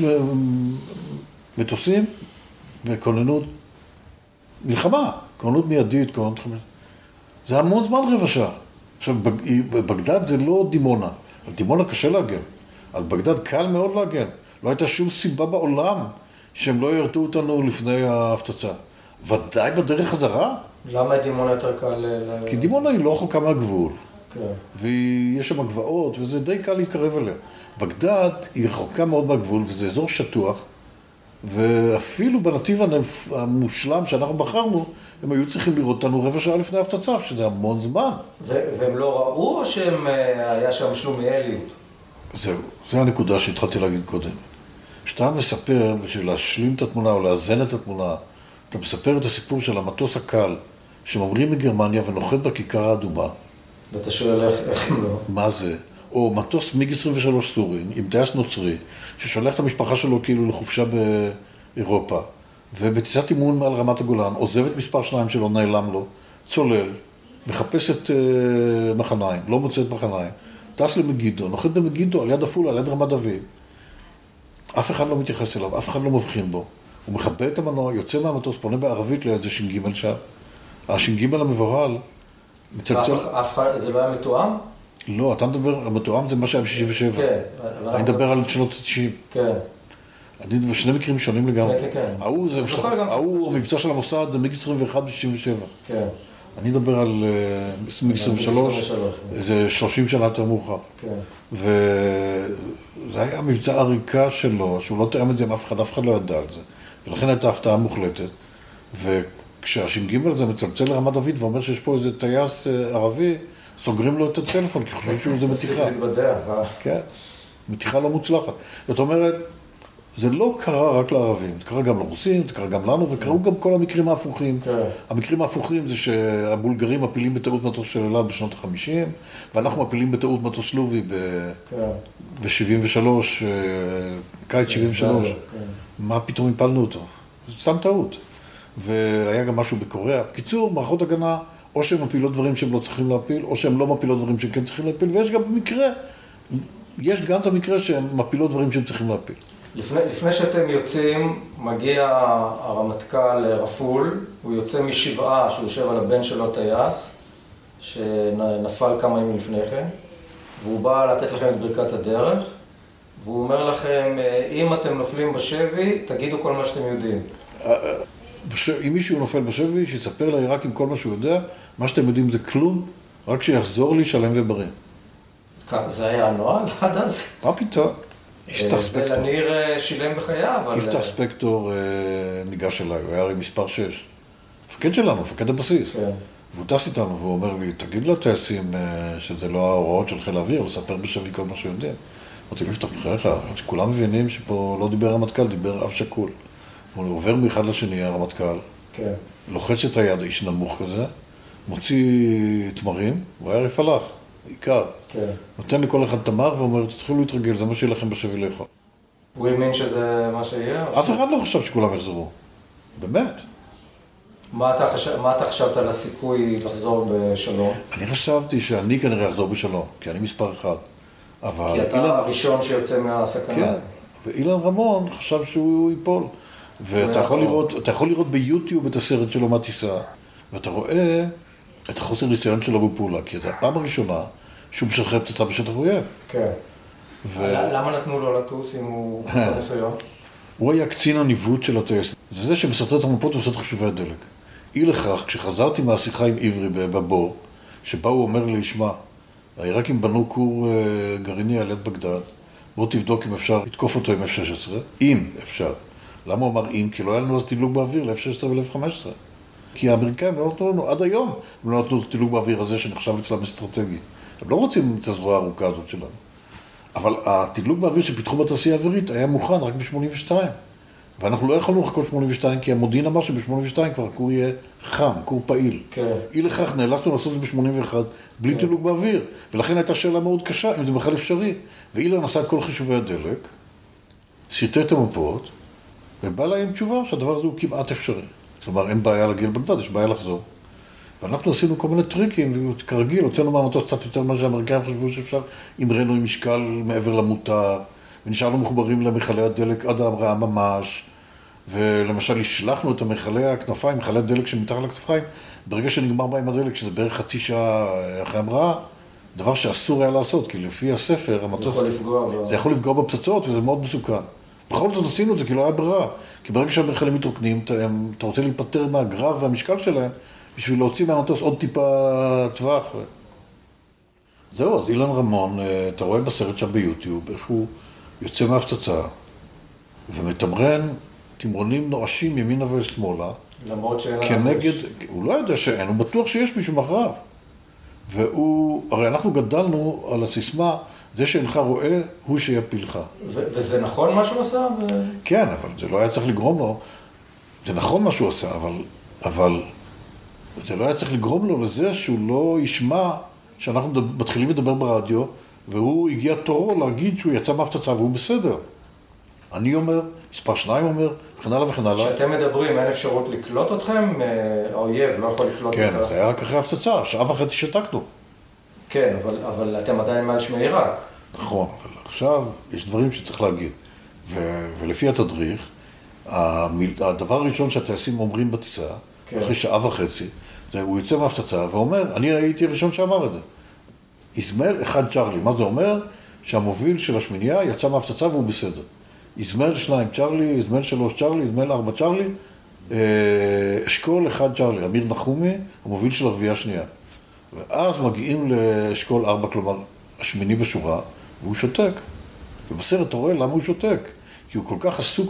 מטוסים וכוננות מלחמה, כוננות מיידית, כוננות חמש. זה המון זמן 15 שעות. עכשיו, בגדד זה לא דימונה. על דימונה קשה להגן. על בגדד קל מאוד להגן. לא הייתה שום סיבה בעולם שהם לא ירתו אותנו לפני ההפצצה. ודאי בדרך חזרה. למה דימונה יותר קל? כי דימונה היא לא רחוקה מהגבול. כן. ויש שם גבעות, וזה די קל להתקרב אליה. בגדד היא רחוקה מאוד מהגבול, וזה אזור שטוח, ואפילו בנתיב המושלם שאנחנו בחרנו, הם היו צריכים לראות אותנו 15 שעות לפני ההפצצה, שזה המון זמן. והם לא ראו או שהיה שם שלומיאליות? זהו, זו הנקודה שהתחלתי להגיד קודם. כשאתה מספר, בשביל להשלים את התמונה או לאזן את התמונה, אתה מספר את הסיפור של המטוס הקל, שממריא מגרמניה ונוחת בכיכר האדומה. ואתה שואל איך הם לא? מה זה? או מטוס מיג 23 סורי, עם טייס נוצרי, ששולח את המשפחה שלו כאילו לחופשה באירופה, ובטיסת אימון מעל רמת הגולן, עוזב את מספר 2 שלו, נעלם לו, צולל, מחפש את מחניים, לא מוצא את מחניים, טס למגידו, נוחת במגידו, על יד עפולה, על יד רמת דוד. אף אחד לא מתייחס אליו, אף אחד לא מבחין בו. הוא מכבה את המנוע, יוצא מהמטוס, פונה בערבית ליד זה ש"ג שם. הש"ג המבוהל, מצלצל... זה לא היה מתואם? לא, אתה מדבר, המתואם זה מה שהיה ב-67. כן. אני מדבר על שנות ה-90. כן. אני מדבר שני מקרים שונים לגמרי. כן, כן. ההוא, המבצע של המוסד, זה מיג 21 ב-67. כן. אני מדבר על מיג 23, זה 30 שנה יותר מאוחר. כן. וזה היה מבצע עריקה שלו, שהוא לא תאם את זה עם אף אחד לא ידע על זה. ולכן הייתה הפתעה מוחלטת. וכשהש"ג הזה מצלצל לרמת דוד ואומר שיש פה איזה טייס ערבי, סוגרים לו את הטלפון, כי חושבים שהוא זה מתיחה. צריך להתבדע. כן, מתיחה לא מוצלחת. זאת אומרת, זה לא קרה רק לערבים, זה קרה גם לרוסים, זה קרה גם לנו, וקראו גם כל המקרים ההפוכים. המקרים ההפוכים זה שהבולגרים מפילים בטעות מטוס של אל על בשנות ה-50, ואנחנו מפילים בטעות מטוס שלובי ב-73, קיץ 73. מה פתאום הפלנו אותו? זה סתם טעות. והיה גם משהו בקוריאה. בקיצור, מערכות הגנה, או שהן מפילות דברים שהן לא צריכים להפיל, או שהן לא מפילות דברים שהן כן צריכים להפיל, ויש גם מקרה, יש גם את המקרה שהן מפילות דברים שהן צריכים להפיל. לפני שאתם יוצאים, מגיע הרמטכ"ל רפול, הוא יוצא משבעה שהוא יושב על הבן שלו טייס, שנפל כמה ימים לפני כן, והוא בא לתת לכם את ברכת הדרך, והוא אומר לכם, אם אתם נופלים בשבי, תגידו כל מה שאתם יודעים. אם מישהו נופל בשבי, שיספר לעיראקים כל מה שהוא יודע, מה שאתם יודעים זה כלום, רק שיחזור לי שלם ובריא. זה היה הנוהל עד אז? מה פתאום? זה לניר שילם בחייו, אבל... יפתח ספקטור ניגש אליי, הוא היה הרי מספר 6. מפקד שלנו, מפקד הבסיס. כן. והוא טס איתנו, והוא אומר לי, תגיד לטייסים שזה לא ההוראות של חיל האוויר, לספר בשבי כל מה שיודעים. אמרתי, יפתח בחייך, כולם מבינים שפה לא דיבר רמטכ"ל, דיבר אב שקול. הוא עובר מאחד לשני, הרמטכ"ל, כן. לוחץ את היד, איש נמוך כזה, מוציא תמרים, הוא היה רפלח, עיקר. כן. נותן לכל אחד תמר ואומר, תתחילו להתרגל, זה מה שיהיה לכם בשבי לאכול. הוא האמין שזה מה שיהיה? אף אחד לא חשב שכולם יחזרו. באמת. מה אתה חשבת על הסיכוי לחזור בשלום? אני חשבתי שאני כנראה אחזור בשלום, כי אני מספר 1. כי אתה הראשון שיוצא מהסכנה. כן, ואילן רמון חשב שהוא ייפול. ואתה יכול לראות ביוטיוב את הסרט שלו מהטיסה, ואתה רואה את החוסר ניסיון שלו בפעולה, כי זו הפעם הראשונה שהוא משחרר פצצה בשטח אויב. כן. למה נתנו לו לטוס אם הוא חסר ניסיון? הוא היה קצין הניווט של הטייס. זה זה שמסרטט את המפות ועושה את חישובי הדלק. אי לכך, כשחזרתי מהשיחה עם עברי בבור, שבה הוא אומר לי, שמע, העיראקים בנו כור גרעיני על יד בגדד, בואו תבדוק אם אפשר לתקוף אותו עם F-16, אם אפשר. למה הוא אמר אם? כי לא היה לנו אז תדלוק באוויר ל-F-16 ול-F-15. כי האמריקאים לא נתנו לנו, עד היום הם לא נתנו תדלוק באוויר הזה שנחשב אצלם אסטרטגי. הם לא רוצים את הזרוע הארוכה הזאת שלנו. אבל התדלוק באוויר שפיתחו בתעשייה האווירית היה מוכן רק ב-82. ואנחנו לא יכולנו לחכות 82, כי המודיעין אמר שב-82 כבר הכור יהיה חם, כור פעיל. כן. אי לכך נאלצנו לעשות את זה ב-81 בלי תדלוק באוויר. ולכן הייתה שאלה מאוד קשה, אם זה בכלל אפשרי. ואילן עשה את כל חישובי הדלק, סרטט את המפות, ובא לה עם תשובה שהדבר הזה הוא כמעט אפשרי. כלומר, אין בעיה להגיע לבגדד, יש בעיה לחזור. ואנחנו עשינו כל מיני טריקים, וכרגיל, הוצאנו מהמטוס קצת יותר ממה שהאמריקאים חשבו שאפשר, המראנו עם משקל מעבר למותר, ונשארנו מחוברים למכלי הדלק עד ההמראה ממש, ולמשל השלחנו את מכלי הכנפיים, מכלי הדלק שמתחת לכנפיים, ברגע שנגמר בהם הדלק, שזה בערך חצי שעה אחרי המראה, דבר שאסור היה לעשות, כי לפי הספר, המטוס, זה יכול לפגוע בפצצות, וזה מאוד מסוכן. בכל זאת עשינו את זה, כי לא היה ברירה. כי ברגע שהמכלים מתרוקנים, אתה רוצה להיפטר מהגרר והמשקל שלהם, בשביל להוציא מהמטוס עוד טיפה טווח. זהו, אז אילן רמון, אתה רואה בסרט שם ביוטיוב, איך הוא יוצא מהפצצה, ומתמרן תמרונים נואשים ימינה ושמאלה, למרות שאין כנגד, הוא לא יודע שאין, הוא בטוח שיש מישהו מאחוריו. הרי אנחנו גדלנו על הסיסמה, זה שאינך רואה, הוא שיפילך. וזה נכון מה שהוא עשה? כן, אבל זה לא היה צריך לגרום לו. זה נכון מה שהוא עשה, אבל זה לא היה צריך לגרום לו לזה שהוא לא ישמע שאנחנו מתחילים לדבר ברדיו, והוא הגיע תורו להגיד שהוא יצא מהפצצה והוא בסדר. אני אומר, מספר 2 אומר, וכן הלאה וכן הלאה. כשאתם מדברים, אין אפשרות לקלוט אתכם? האויב לא יכול לקלוט כן, זה היה רק אחרי הפצצה, שעה וחצי שתקנו. כן, אבל אתם עדיין מעל שמי עיראק. נכון, אבל עכשיו יש דברים שצריך להגיד. ולפי התדריך, הדבר הראשון שהטייסים אומרים בטיסה, אחרי שעה וחצי, זה הוא יוצא מהפצצה ואומר, אני הייתי הראשון שאמר את זה. איזמל 1 צ'רלי, מה זה אומר? שהמוביל של השמינייה יצא מהפצצה והוא בסדר. איזמל 2 צ'רלי, איזמל 3 צ'רלי, איזמל 4 צ'רלי, אשכול 1 צ'רלי, אמיר נחומי, המוביל של הרביעייה השנייה. ואז מגיעים לאשכול 4, כלומר, השמיני בשורה, והוא שותק. ובסרט אתה רואה למה הוא שותק. כי הוא כל כך עסוק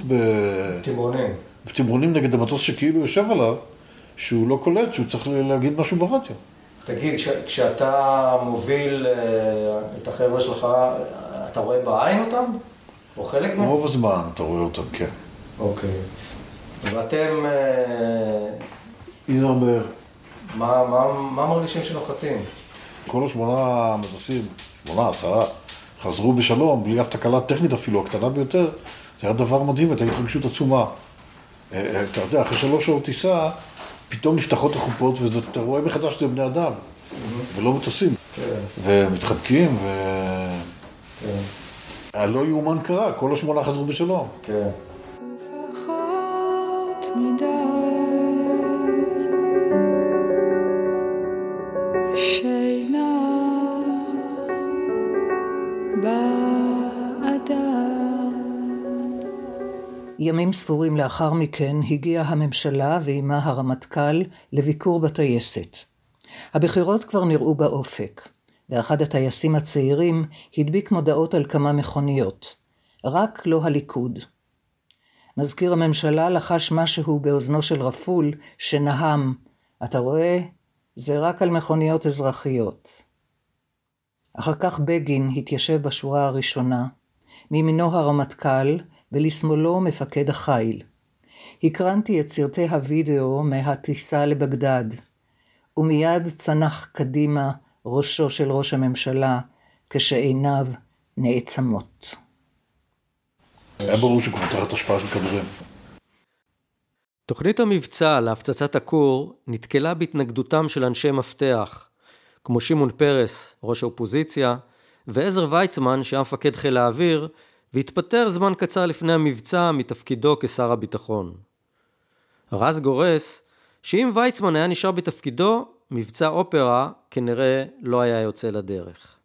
בתמרונים נגד המטוס שכאילו יושב עליו, שהוא לא קולט, שהוא צריך להגיד משהו ברדיו. תגיד, כשאתה מוביל את החבר'ה שלך, אתה רואה בעין אותם? או חלק מהם? רוב הזמן אתה רואה אותם, כן. אוקיי. ואתם... איזר באר. מה מרגישים שנוחתים? כל 8 מטוסים, 8, 10, חזרו בשלום, בלי אף תקלה טכנית אפילו, הקטנה ביותר. זה היה דבר מדהים, הייתה התרגשות עצומה. אתה יודע, אחרי 3 שעות טיסה, פתאום נפתחות החופות, ואתה רואה מחדש שזה בני אדם, ולא מטוסים. ומתחבקים, הלא יאומן קרה, כל 8 חזרו בשלום. כן. לפחות מדי שינה באדם. ימים ספורים לאחר מכן הגיעה הממשלה ועימה הרמטכ"ל לביקור בטייסת. הבחירות כבר נראו באופק, ואחד הטייסים הצעירים הדביק מודעות על כמה מכוניות, רק לא הליכוד. מזכיר הממשלה לחש משהו באוזנו של רפול שנהם, אתה רואה? זה רק על מכוניות אזרחיות. אחר כך בגין התיישב בשורה הראשונה, מימינו הרמטכ"ל ולשמאלו מפקד החיל. הקרנתי את סרטי הוידאו מהטיסה לבגדד, ומיד צנח קדימה ראשו של ראש הממשלה כשעיניו נעצמות. היה ברור שהוא כבר תחת השפעה של כדורים. תוכנית המבצע להפצצת הכור נתקלה בהתנגדותם של אנשי מפתח, כמו שמעון פרס, ראש האופוזיציה, ועזר ויצמן שהיה מפקד חיל האוויר, והתפטר זמן קצר לפני המבצע מתפקידו כשר הביטחון. רז גורס שאם ויצמן היה נשאר בתפקידו, מבצע אופרה כנראה לא היה יוצא לדרך.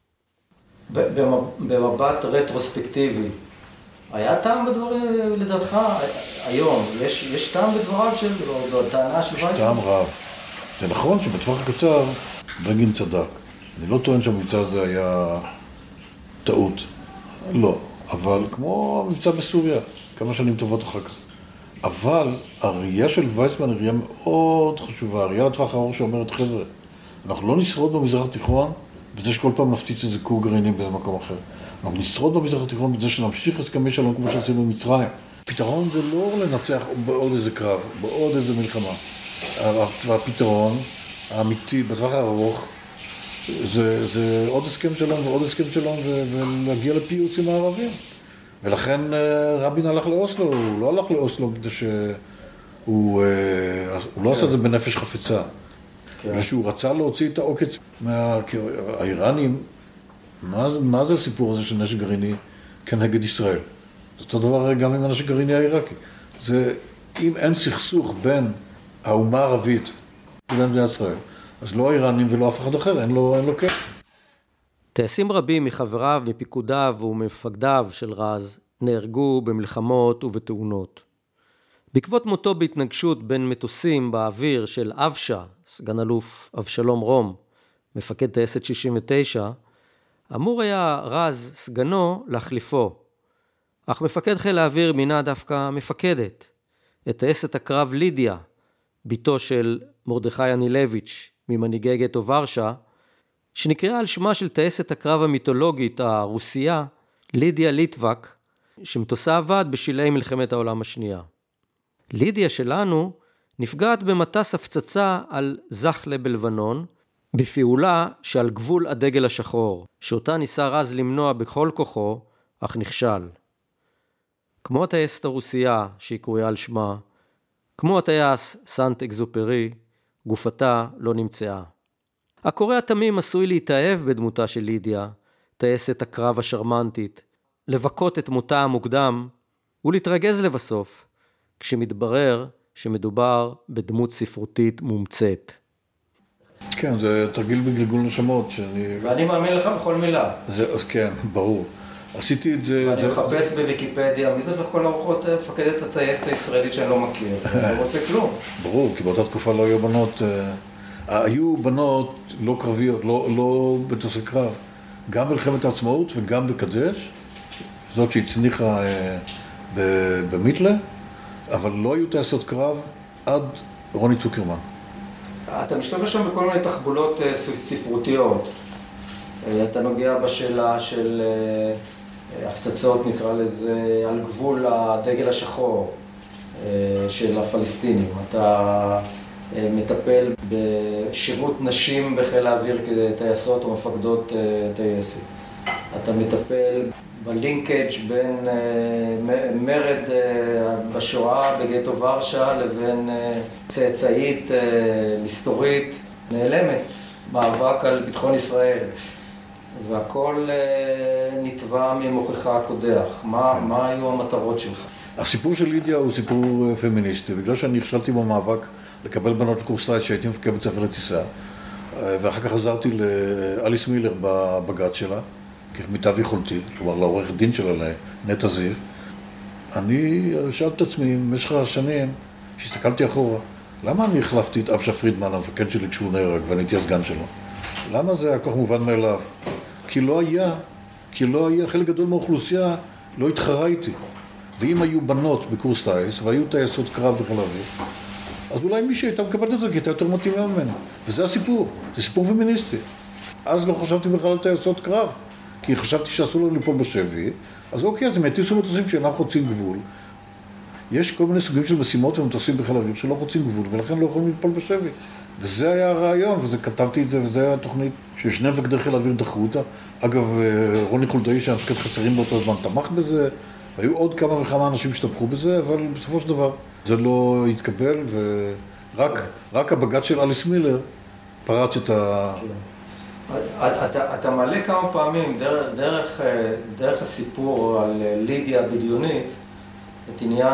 במבט רטרוספקטיבי, היה טעם בדברים לדעתך היום? יש טעם בדבריו של, או בטענה של ויצמן? יש טעם רב. זה נכון שבטווח הקצר בגין צדק. אני לא טוען שהמבצע הזה היה טעות. לא. אבל כמו המבצע בסוריה, כמה שנים טובות אחר כך. אבל הראייה של וייסמן היא ראייה מאוד חשובה, הראייה לטווח הארוך שאומרת, חבר'ה, אנחנו לא נשרוד במזרח התיכון בזה שכל פעם נפציץ איזה כור גרעינים באיזה מקום אחר. אנחנו נשרוד במזרח התיכון בזה שנמשיך הסכמי שלום כמו שעשינו במצרים. פתרון זה לא לנצח בעוד איזה קרב, בעוד איזה מלחמה. והפתרון האמיתי בטווח הארוך זה עוד הסכם שלום ועוד הסכם שלום ולהגיע לפיוס עם הערבים. ולכן רבין הלך לאוסלו, הוא לא הלך לאוסלו כדי שהוא לא עשה את זה בנפש חפצה. ושהוא רצה להוציא את העוקץ מהאיראנים, מה זה הסיפור הזה של נשק גרעיני כנגד ישראל? זה אותו דבר גם עם הנשק גרעיני העיראקי. זה, אם אין סכסוך בין האומה הערבית לבין מדינת ישראל, אז לא האיראנים ולא אף אחד אחר, אין לו כיף. טייסים רבים מחבריו, מפיקודיו ומפקדיו של רז נהרגו במלחמות ובתאונות. בעקבות מותו בהתנגשות בין מטוסים באוויר של אבשה, סגן אלוף אבשלום רום, מפקד טייסת 69, אמור היה רז, סגנו, להחליפו. אך מפקד חיל האוויר מינה דווקא מפקדת, את טייסת הקרב לידיה, ביתו של מרדכי אנילביץ' ממנהיגי גטו ורשה, שנקראה על שמה של טייסת הקרב המיתולוגית הרוסייה, לידיה ליטבק, שמטוסה עבד בשלהי מלחמת העולם השנייה. לידיה שלנו נפגעת במטס הפצצה על זחלה בלבנון, בפעולה שעל גבול הדגל השחור, שאותה ניסה רז למנוע בכל כוחו, אך נכשל. כמו הטייסת הרוסייה שהיא קרויה על שמה, כמו הטייס סנט אקזופרי, גופתה לא נמצאה. הקורא התמים עשוי להתאהב בדמותה של לידיה, טייסת הקרב השרמנטית, לבכות את מותה המוקדם ולהתרגז לבסוף, כשמתברר שמדובר בדמות ספרותית מומצאת. כן, זה תרגיל בגלגול נשמות ואני מאמין לך בכל מילה. כן, ברור. עשיתי את זה... ואני מחפש בוויקיפדיה, מי זאת לכל האורחות מפקדת הטייסת הישראלית שאני לא מכיר? אני לא רוצה כלום. ברור, כי באותה תקופה לא היו בנות... היו בנות לא קרביות, לא מטוסי קרב, גם במלחמת העצמאות וגם בקדש, זאת שהצניחה במיתלה, אבל לא היו טייסות קרב עד רוני צוקרמן. אתה משתמש שם בכל מיני תחבולות ספרותיות. אתה נוגע בשאלה של הפצצות, נקרא לזה, על גבול הדגל השחור של הפלסטינים. אתה מטפל בשירות נשים בחיל האוויר כטייסות או מפקדות טייסת. אתה מטפל בלינקג' בין מרד בשואה בגטו ורשה לבין צאצאית מסתורית נעלמת, מאבק על ביטחון ישראל. והכל נתבע ממוכחה הקודח. מה היו המטרות שלך? הסיפור של לידיה הוא סיפור פמיניסטי, בגלל שאני נכשלתי במאבק לקבל בנות לקורס טייס שהייתי מפקד בית ספר לטיסה, ואחר כך עזרתי לאליס מילר בבג"ץ שלה, כמיטב יכולתי, כלומר לעורך דין שלה, נטע זיו. אני שאלתי את עצמי במשך השנים, שהסתכלתי אחורה, למה אני החלפתי את אבשה פרידמן, המפקד שלי, כשהוא נהרג, ואני הייתי הסגן שלו? למה זה היה כל כך מובן מאליו? כי לא היה, חלק גדול מהאוכלוסייה לא התחרה איתי. ואם היו בנות בקורס טייס, והיו טייסות קרב בחיל האוויר, אז אולי מישהו הייתה מקבלת את זה, כי הייתה יותר מתאימה ממנו. וזה הסיפור, זה סיפור פמיניסטי. אז לא חשבתי בכלל על טייסות קרב, כי חשבתי שאסור לו ליפול בשבי, אז אוקיי, אז הם יטיסו מטוסים שאינם חוצים גבול. יש כל מיני סוגים של משימות ומטוסים בחיל האוויר שלא חוצים גבול, ולכן לא יכולים ליפול בשבי. וזה היה הרעיון, כתבתי את זה, וזה היה התוכנית ששני מפקדי חיל האוויר דחו אותה. אגב, רוני חולדאי, שהמפקד חצרים באותו זמן, תמך בזה, והיו עוד כמה וכמה אנשים שתמכו בזה, אבל בסופו של דבר זה לא התקבל, ורק הבג"ץ של אליס מילר פרץ את ה... אתה מעלה כמה פעמים דרך הסיפור על לידיה בדיונית, את עניין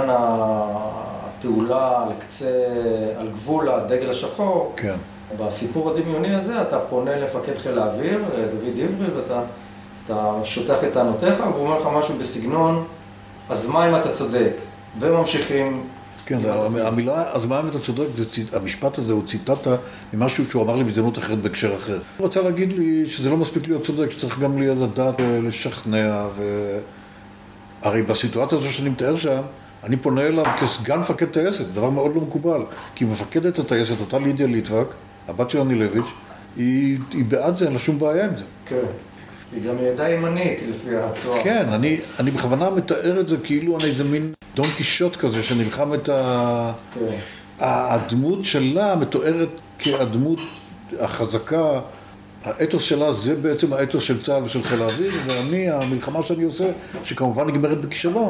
הפעולה על גבול הדגל השחור. כן. בסיפור הדמיוני הזה אתה פונה למפקד חיל האוויר, דוד עברי, ואתה שוטח את טענותיך, והוא אומר לך משהו בסגנון, אז מה אם אתה צודק? וממשיכים כן, המילה, אז מה אתה צודק, המשפט הזה הוא ציטטה ממשהו שהוא אמר לי בהזדמנות אחרת בהקשר אחר. הוא רוצה להגיד לי שזה לא מספיק להיות צודק, שצריך גם לדעת לשכנע, הרי בסיטואציה הזו שאני מתאר שם, אני פונה אליו כסגן מפקד טייסת, דבר מאוד לא מקובל, כי מפקדת הטייסת, אותה לידיה ליטבק, הבת של אנילביץ', היא בעד זה, אין לה שום בעיה עם זה. כן. היא גם ידעה ימנית לפי התואר. כן, אני בכוונה מתאר את זה כאילו אני איזה מין דון קישוט כזה שנלחם את הדמות שלה מתוארת כהדמות החזקה, האתוס שלה זה בעצם האתוס של צה"ל ושל חיל האוויר, ואני, המלחמה שאני עושה, שכמובן נגמרת בכישלון,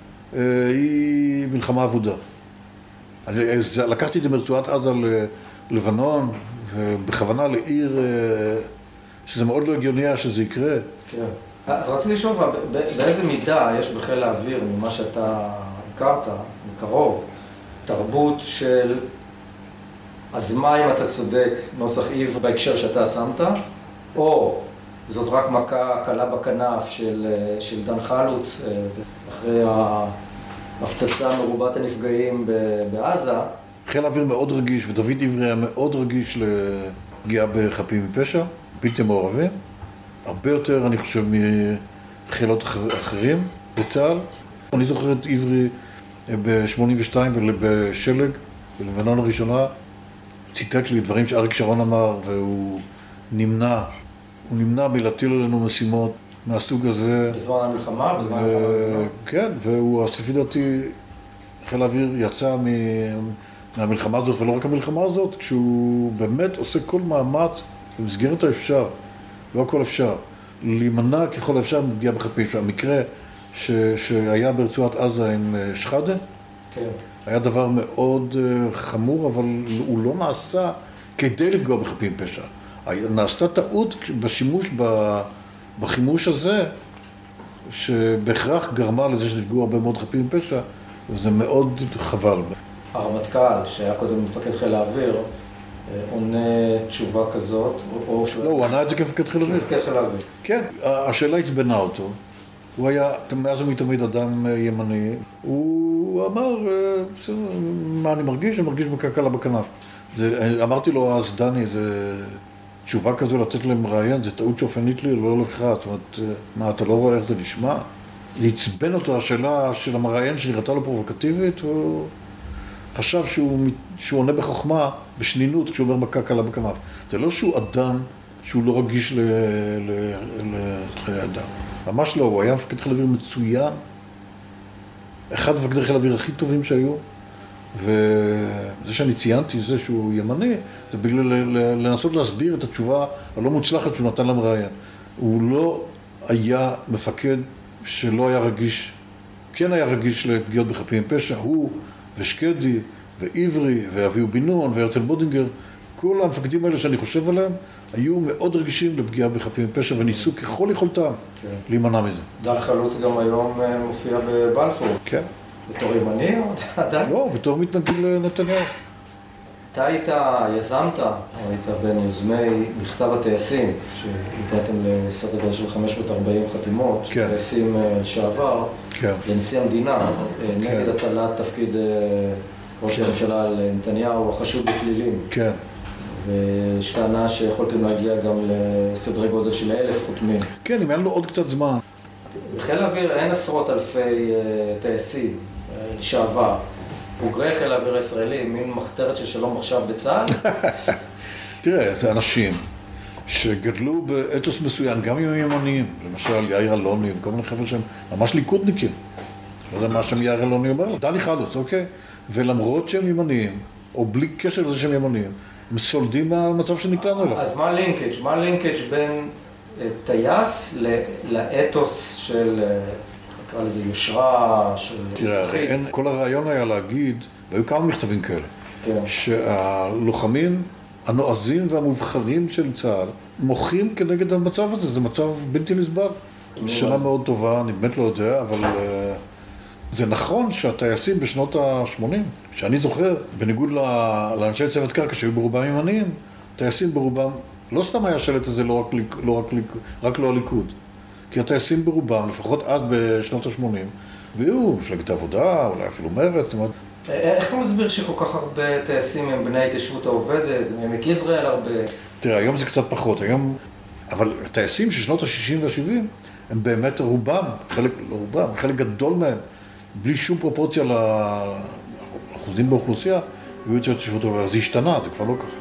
היא מלחמה עבודה. לקחתי את זה מרצועת עזה ללבנון, ובכוונה לעיר שזה מאוד לא הגיוני שזה יקרה. כן. אז רציתי לשאול לך, באיזה מידה יש בחיל האוויר ממה שאתה הכרת, מקרוב, תרבות של אז מה אם אתה צודק, נוסח איב בהקשר שאתה שמת, או זאת רק מכה קלה בכנף של דן חלוץ אחרי ההפצצה מרובת הנפגעים בעזה. חיל האוויר מאוד רגיש, ודוד עברי היה מאוד רגיש לפגיעה בחפים מפשע, בלתי מעורבים, הרבה יותר אני חושב מחילות אחרים בצה"ל. אני זוכר את עברי ב-82 בשלג, בלבנון הראשונה, ציטט לי דברים שאריק שרון אמר, והוא נמנע מלהטיל עלינו משימות מהסוג הזה. בזמן המלחמה? כן, והוא, לפי דעתי, חיל האוויר יצא מהמלחמה הזאת, ולא רק המלחמה הזאת, כשהוא באמת עושה כל מאמץ במסגרת האפשר, לא הכל אפשר, להימנע ככל האפשר מפגיעה בחפים. המקרה שהיה ברצועת עזה עם שחאדה, כן. היה דבר מאוד חמור, אבל הוא לא נעשה כדי לפגוע בחפים פשע. נעשתה טעות בשימוש, בחימוש הזה, שבהכרח גרמה לזה שנפגעו הרבה מאוד חפים פשע, וזה מאוד חבל. הרמטכ"ל, שהיה קודם מפקד חיל האוויר, עונה תשובה כזאת, או שהוא... לא, הוא ענה את זה כמפקד חיל האוויר. כמפקד חיל האוויר. כן, השאלה הצבנה אותו. הוא היה, מאז ומתמיד אדם ימני, הוא אמר, מה אני מרגיש? אני מרגיש מכה קלה בכנף. אמרתי לו אז, דני, זה תשובה כזו לתת להם מראיין, זה טעות שאופנית לי, לא לבך. זאת אומרת, מה, אתה לא רואה איך זה נשמע? להצבן אותו השאלה של המראיין שנראתה לו פרובוקטיבית, הוא חשב שהוא עונה בחוכמה, בשנינות, כשהוא אומר מכה קלה בכנף. זה לא שהוא אדם שהוא לא רגיש לחיי אדם. ממש לא, הוא היה מפקד חיל האוויר מצוין, אחד מפקדי חיל האוויר הכי טובים שהיו, וזה שאני ציינתי, זה שהוא ימני, זה בגלל לנסות להסביר את התשובה הלא מוצלחת שהוא נתן למראיין. הוא לא היה מפקד שלא היה רגיש, כן היה רגיש לפגיעות בחפים פשע, הוא ושקדי ועברי ואביהו בן נון והרצל בודינגר, כל המפקדים האלה שאני חושב עליהם, היו מאוד רגישים לפגיעה בחפים פשע וניסו ככל יכולתם להימנע מזה. דן חלוץ גם היום מופיע בבלפור. כן. בתור ימני או עדיין? לא, בתור מתנגד לנתניהו. אתה יזמת, או היית בין יוזמי מכתב הטייסים, שהגעתם לסדר גודל של 540 חתימות, טייסים לשעבר, לנשיא המדינה, נגד הטלת תפקיד ראש הממשלה לנתניהו, החשוד בפלילים. כן. ויש טענה שיכולתם להגיע גם לסדרי גודל של 1,000 חותמים. כן, אם היה לנו עוד קצת זמן. בחיל האוויר אין עשרות אלפי טייסים לשעבר. בוגרי חיל האוויר הישראלי, מין מחתרת של שלום עכשיו בצה"ל? תראה, זה אנשים שגדלו באתוס מסוים, גם עם הימניים, למשל יאיר אלוני וכל מיני חבר'ה שהם ממש ליכודניקים. לא יודע מה שם יאיר אלוני אומר, דני חלוץ, אוקיי? ולמרות שהם ימניים, או בלי קשר לזה שהם ימניים, הם סולדים מהמצב שנקלענו אליו. אז מה הלינקג'? מה הלינקג' בין טייס לאתוס של, נקרא לזה, יושרה, של תראה, כל הרעיון היה להגיד, והיו כמה מכתבים כאלה, שהלוחמים הנועזים והמובחרים של צה"ל מוחים כנגד המצב הזה, זה מצב בלתי נסבל. שאלה מאוד טובה, אני באמת לא יודע, אבל זה נכון שהטייסים בשנות ה-80, שאני זוכר, בניגוד לאנשי צוות קרקע שהיו ברובם ימניים, טייסים ברובם, לא סתם היה השלט הזה רק לא הליכוד, כי הטייסים ברובם, לפחות אז בשנות ה-80, והיו מפלגת העבודה, אולי אפילו מרצ, זאת אומרת, איך אתה מסביר שכל כך הרבה טייסים הם בני התיישבות העובדת, עמק יזרעאל הרבה? תראה, היום זה קצת פחות, היום... אבל טייסים של שנות ה-60 וה-70 הם באמת חלק גדול מהם, בלי שום פרופורציה לאחוזים באוכלוסייה, היו יוצאי התיישבות העובדת. זה השתנה, זה כבר לא ככה.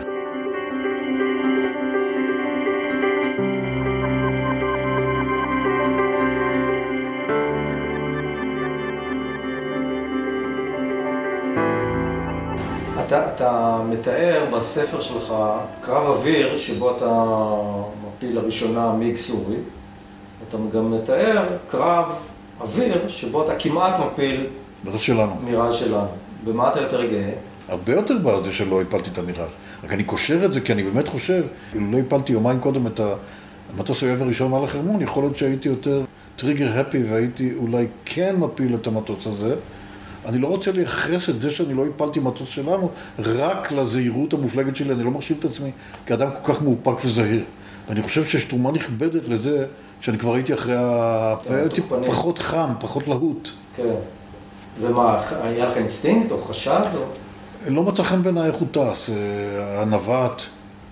אתה מתאר בספר שלך קרב אוויר שבו אתה מפיל לראשונה מיג סורי. אתה גם מתאר קרב אוויר שבו אתה כמעט מפיל מיראז' שלנו. במה אתה יותר גאה? הרבה יותר בזה שלא הפלתי את המיראז'. רק אני קושר את זה כי אני באמת חושב, אם לא הפלתי יומיים קודם את המטוס האויב הראשון מעל החרמון, יכול להיות שהייתי יותר טריגר הפי והייתי אולי כן מפיל את המטוס הזה. אני לא רוצה לייחס את זה שאני לא הפלתי מטוס שלנו, רק לזהירות המופלגת שלי, אני לא מחשיב את עצמי כאדם כל כך מאופק וזהיר. ואני חושב שיש תרומה נכבדת לזה שאני כבר הייתי אחרי הייתי פחות חם, פחות להוט. כן. ומה, היה לך אינסטינקט או חשד? לא מצא חן בעיניי איך הוא טס. הנווט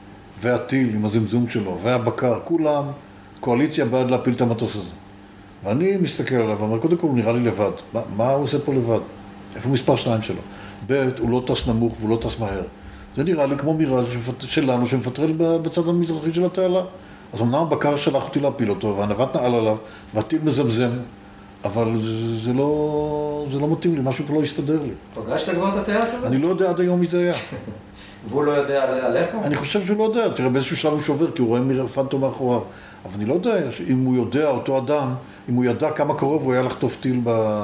והטיל עם הזמזום שלו והבקר, כולם קואליציה בעד להפיל את המטוס הזה. ואני מסתכל עליו ואומר, קודם כל הוא נראה לי לבד. מה הוא עושה פה לבד? איפה מספר 2 שלו? ב' הוא לא טס נמוך והוא לא טס מהר. זה נראה לי כמו מיראז' שלנו שמפטרל בצד המזרחי של התעלה. אז אמנם הבקר שלח אותי להפיל אותו והנווט נעל עליו והטיל מזמזם, אבל זה לא מתאים לי, משהו פה לא יסתדר לי. פגשת כבר את הטייס הזה? אני לא יודע עד היום מי זה היה. והוא לא יודע עליך? אני חושב שהוא לא יודע. תראה, באיזשהו שלב הוא שובר, כי הוא רואה פנטום מאחוריו. אבל אני לא יודע אם הוא יודע, אותו אדם, אם הוא ידע כמה קרוב הוא היה לחטוף טיל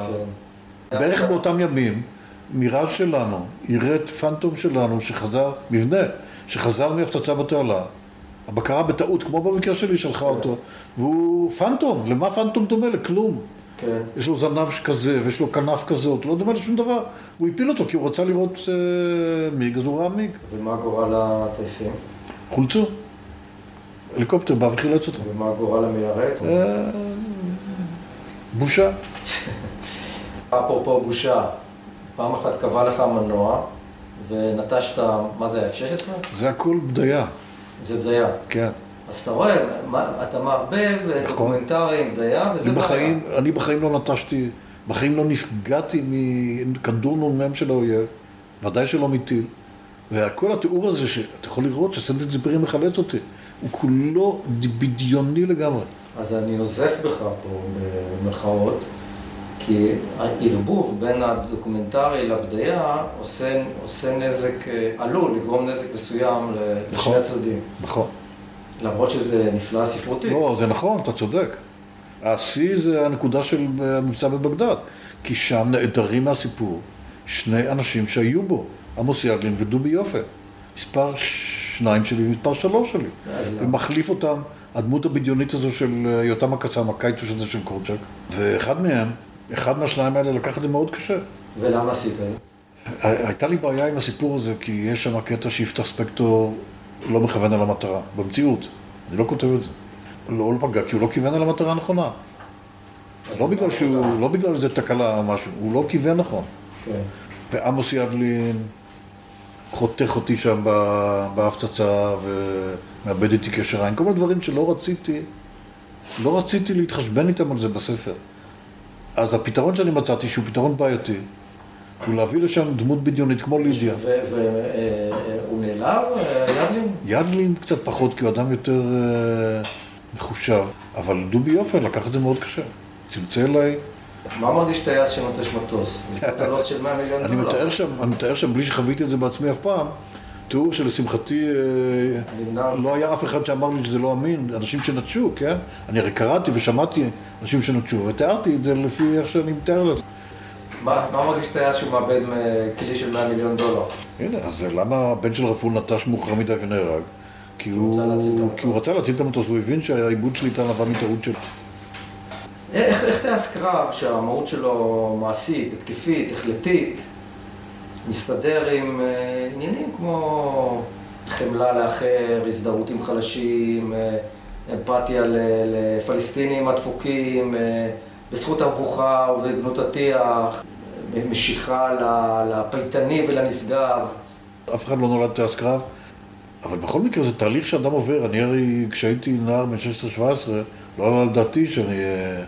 בערך באותם ימים, מיראז' שלנו, ירד פנטום שלנו שחזר, מבנה, שחזר מהפצצה בתעלה. הבקרה בטעות, כמו במקרה שלי, שלחה אותו, והוא פנטום. למה פנטום דומה? לכלום. כן. יש לו זנב כזה, ויש לו כנף כזאת, לא דומה לשום דבר. הוא הפיל אותו כי הוא רצה לראות מיג, אז הוא ראה מיג. ומה גורל הטייסים? חולצו. הליקופטר בא וחילץ אותו. ומה גורל המיירט? בושה. אפרופו בושה, פעם אחת קבע לך מנוע ונטשת, מה זה היה, F-16? זה הכל בדיה. זה בדיה. כן. אז אתה רואה, אתה מערבב דוקומנטרי עם בדיה וזה בעיה. אני בחיים לא נטשתי, בחיים לא נפגעתי מכדור נ"מ של האויב, ודאי שלא מטיל. וכל התיאור הזה שאתה יכול לראות שסנטקסברי מחלץ אותי, הוא כולו בדיוני לגמרי. אז אני נוזף בך פה במרכאות, כי הערבוב בין הדוקומנטרי לבדיה עושה נזק, עלול לגרום נזק מסוים לשני הצדדים. נכון. למרות שזה נפלא ספרותי. לא, זה נכון, אתה צודק. השיא זה הנקודה של המבצע בבגדד, כי שם נעדרים מהסיפור שני אנשים שהיו בו, עמוס ידלין ודובי יופי. מספר 2 שלי ומספר 3 שלי. ומחליף אותם, הדמות הבדיונית הזו של יותם הקסאם, הקייטוש הזה של קורצ'ק. ואחד מהם, אחד מהשניים האלה לקח את זה מאוד קשה. ולמה עשית? הייתה לי בעיה עם הסיפור הזה, כי יש שם קטע שיפתח ספקטור לא מכוון על המטרה, במציאות. אני לא כותב את זה. לא פגע, כי הוא לא כיוון על המטרה הנכונה. לא בגלל איזה תקלה או משהו, הוא לא כיוון נכון. ועמוס ידלין חותך אותי שם בהפצצה ומאבד איתי קשר עין. כל מיני דברים שלא רציתי להתחשבן איתם על זה בספר. אז הפתרון שאני מצאתי, שהוא פתרון בעייתי, הוא להביא לשם דמות בדיונית כמו לידיה. והוא נעלב, ידלין? ידלין קצת פחות, כי הוא אדם יותר מחושב. אבל דובי יופי לקח את זה מאוד קשה. צלצל אליי. מה מרגיש טייס שנוטש מטוס? אתה לא של $100 מיליון? אני מתאר שם, בלי שחוויתי את זה בעצמי אף פעם, תיאור שלשמחתי לא היה אף אחד שאמר לי שזה לא אמין, אנשים שנטשו, כן? אני הרי קראתי ושמעתי אנשים שנטשו, ותיארתי את זה לפי איך שאני מתאר לזה. מה מרגיש טייס שהוא מאבד כלי של $100 מיליון? הנה, אז למה הבן של רפול נטש מאוחר מדי ונהרג? כי הוא רצה להציל את המטוס, הוא הבין שהעיבוד שליטה נבע מטעות שלו. איך טייס קרב שהמהות שלו מעשית, התקפית, החלטית, מסתדר עם עניינים כמו חמלה לאחר, הזדהות עם חלשים, אמפתיה לפלסטינים הדפוקים, בזכות המבוכה ובגנות הטיח, משיכה לפייטני ולנשגב. אף אחד לא נולד טייס קרב, אבל בכל מקרה זה תהליך שאדם עובר. אני הרי כשהייתי נער בן 16-17, לא עלה על דעתי שאני...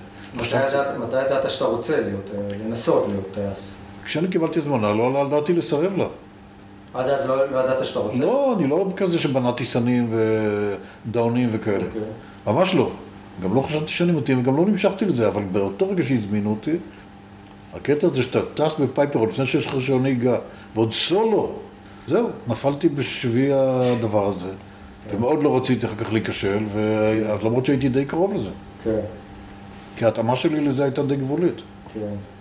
מתי ידעת שאתה רוצה לנסות להיות טייס? כשאני קיבלתי הזמנה, לא עלה על דעתי לסרב לה. עד אז לא ידעת שאתה רוצה? לא, אני לא כזה שבנה טיסנים ודאונים וכאלה. ממש לא. גם לא חשבתי שאני מתאים וגם לא נמשכתי לזה, אבל באותו רגע שהזמינו אותי, הקטע הזה שאתה טס בפייפר עוד לפני שיש לך רישיון נהיגה, ועוד סולו, זהו, נפלתי בשבי הדבר הזה, ומאוד לא רציתי אחר כך להיכשל, למרות שהייתי די קרוב לזה. כן. כי ההתאמה שלי לזה הייתה די גבולית. כן.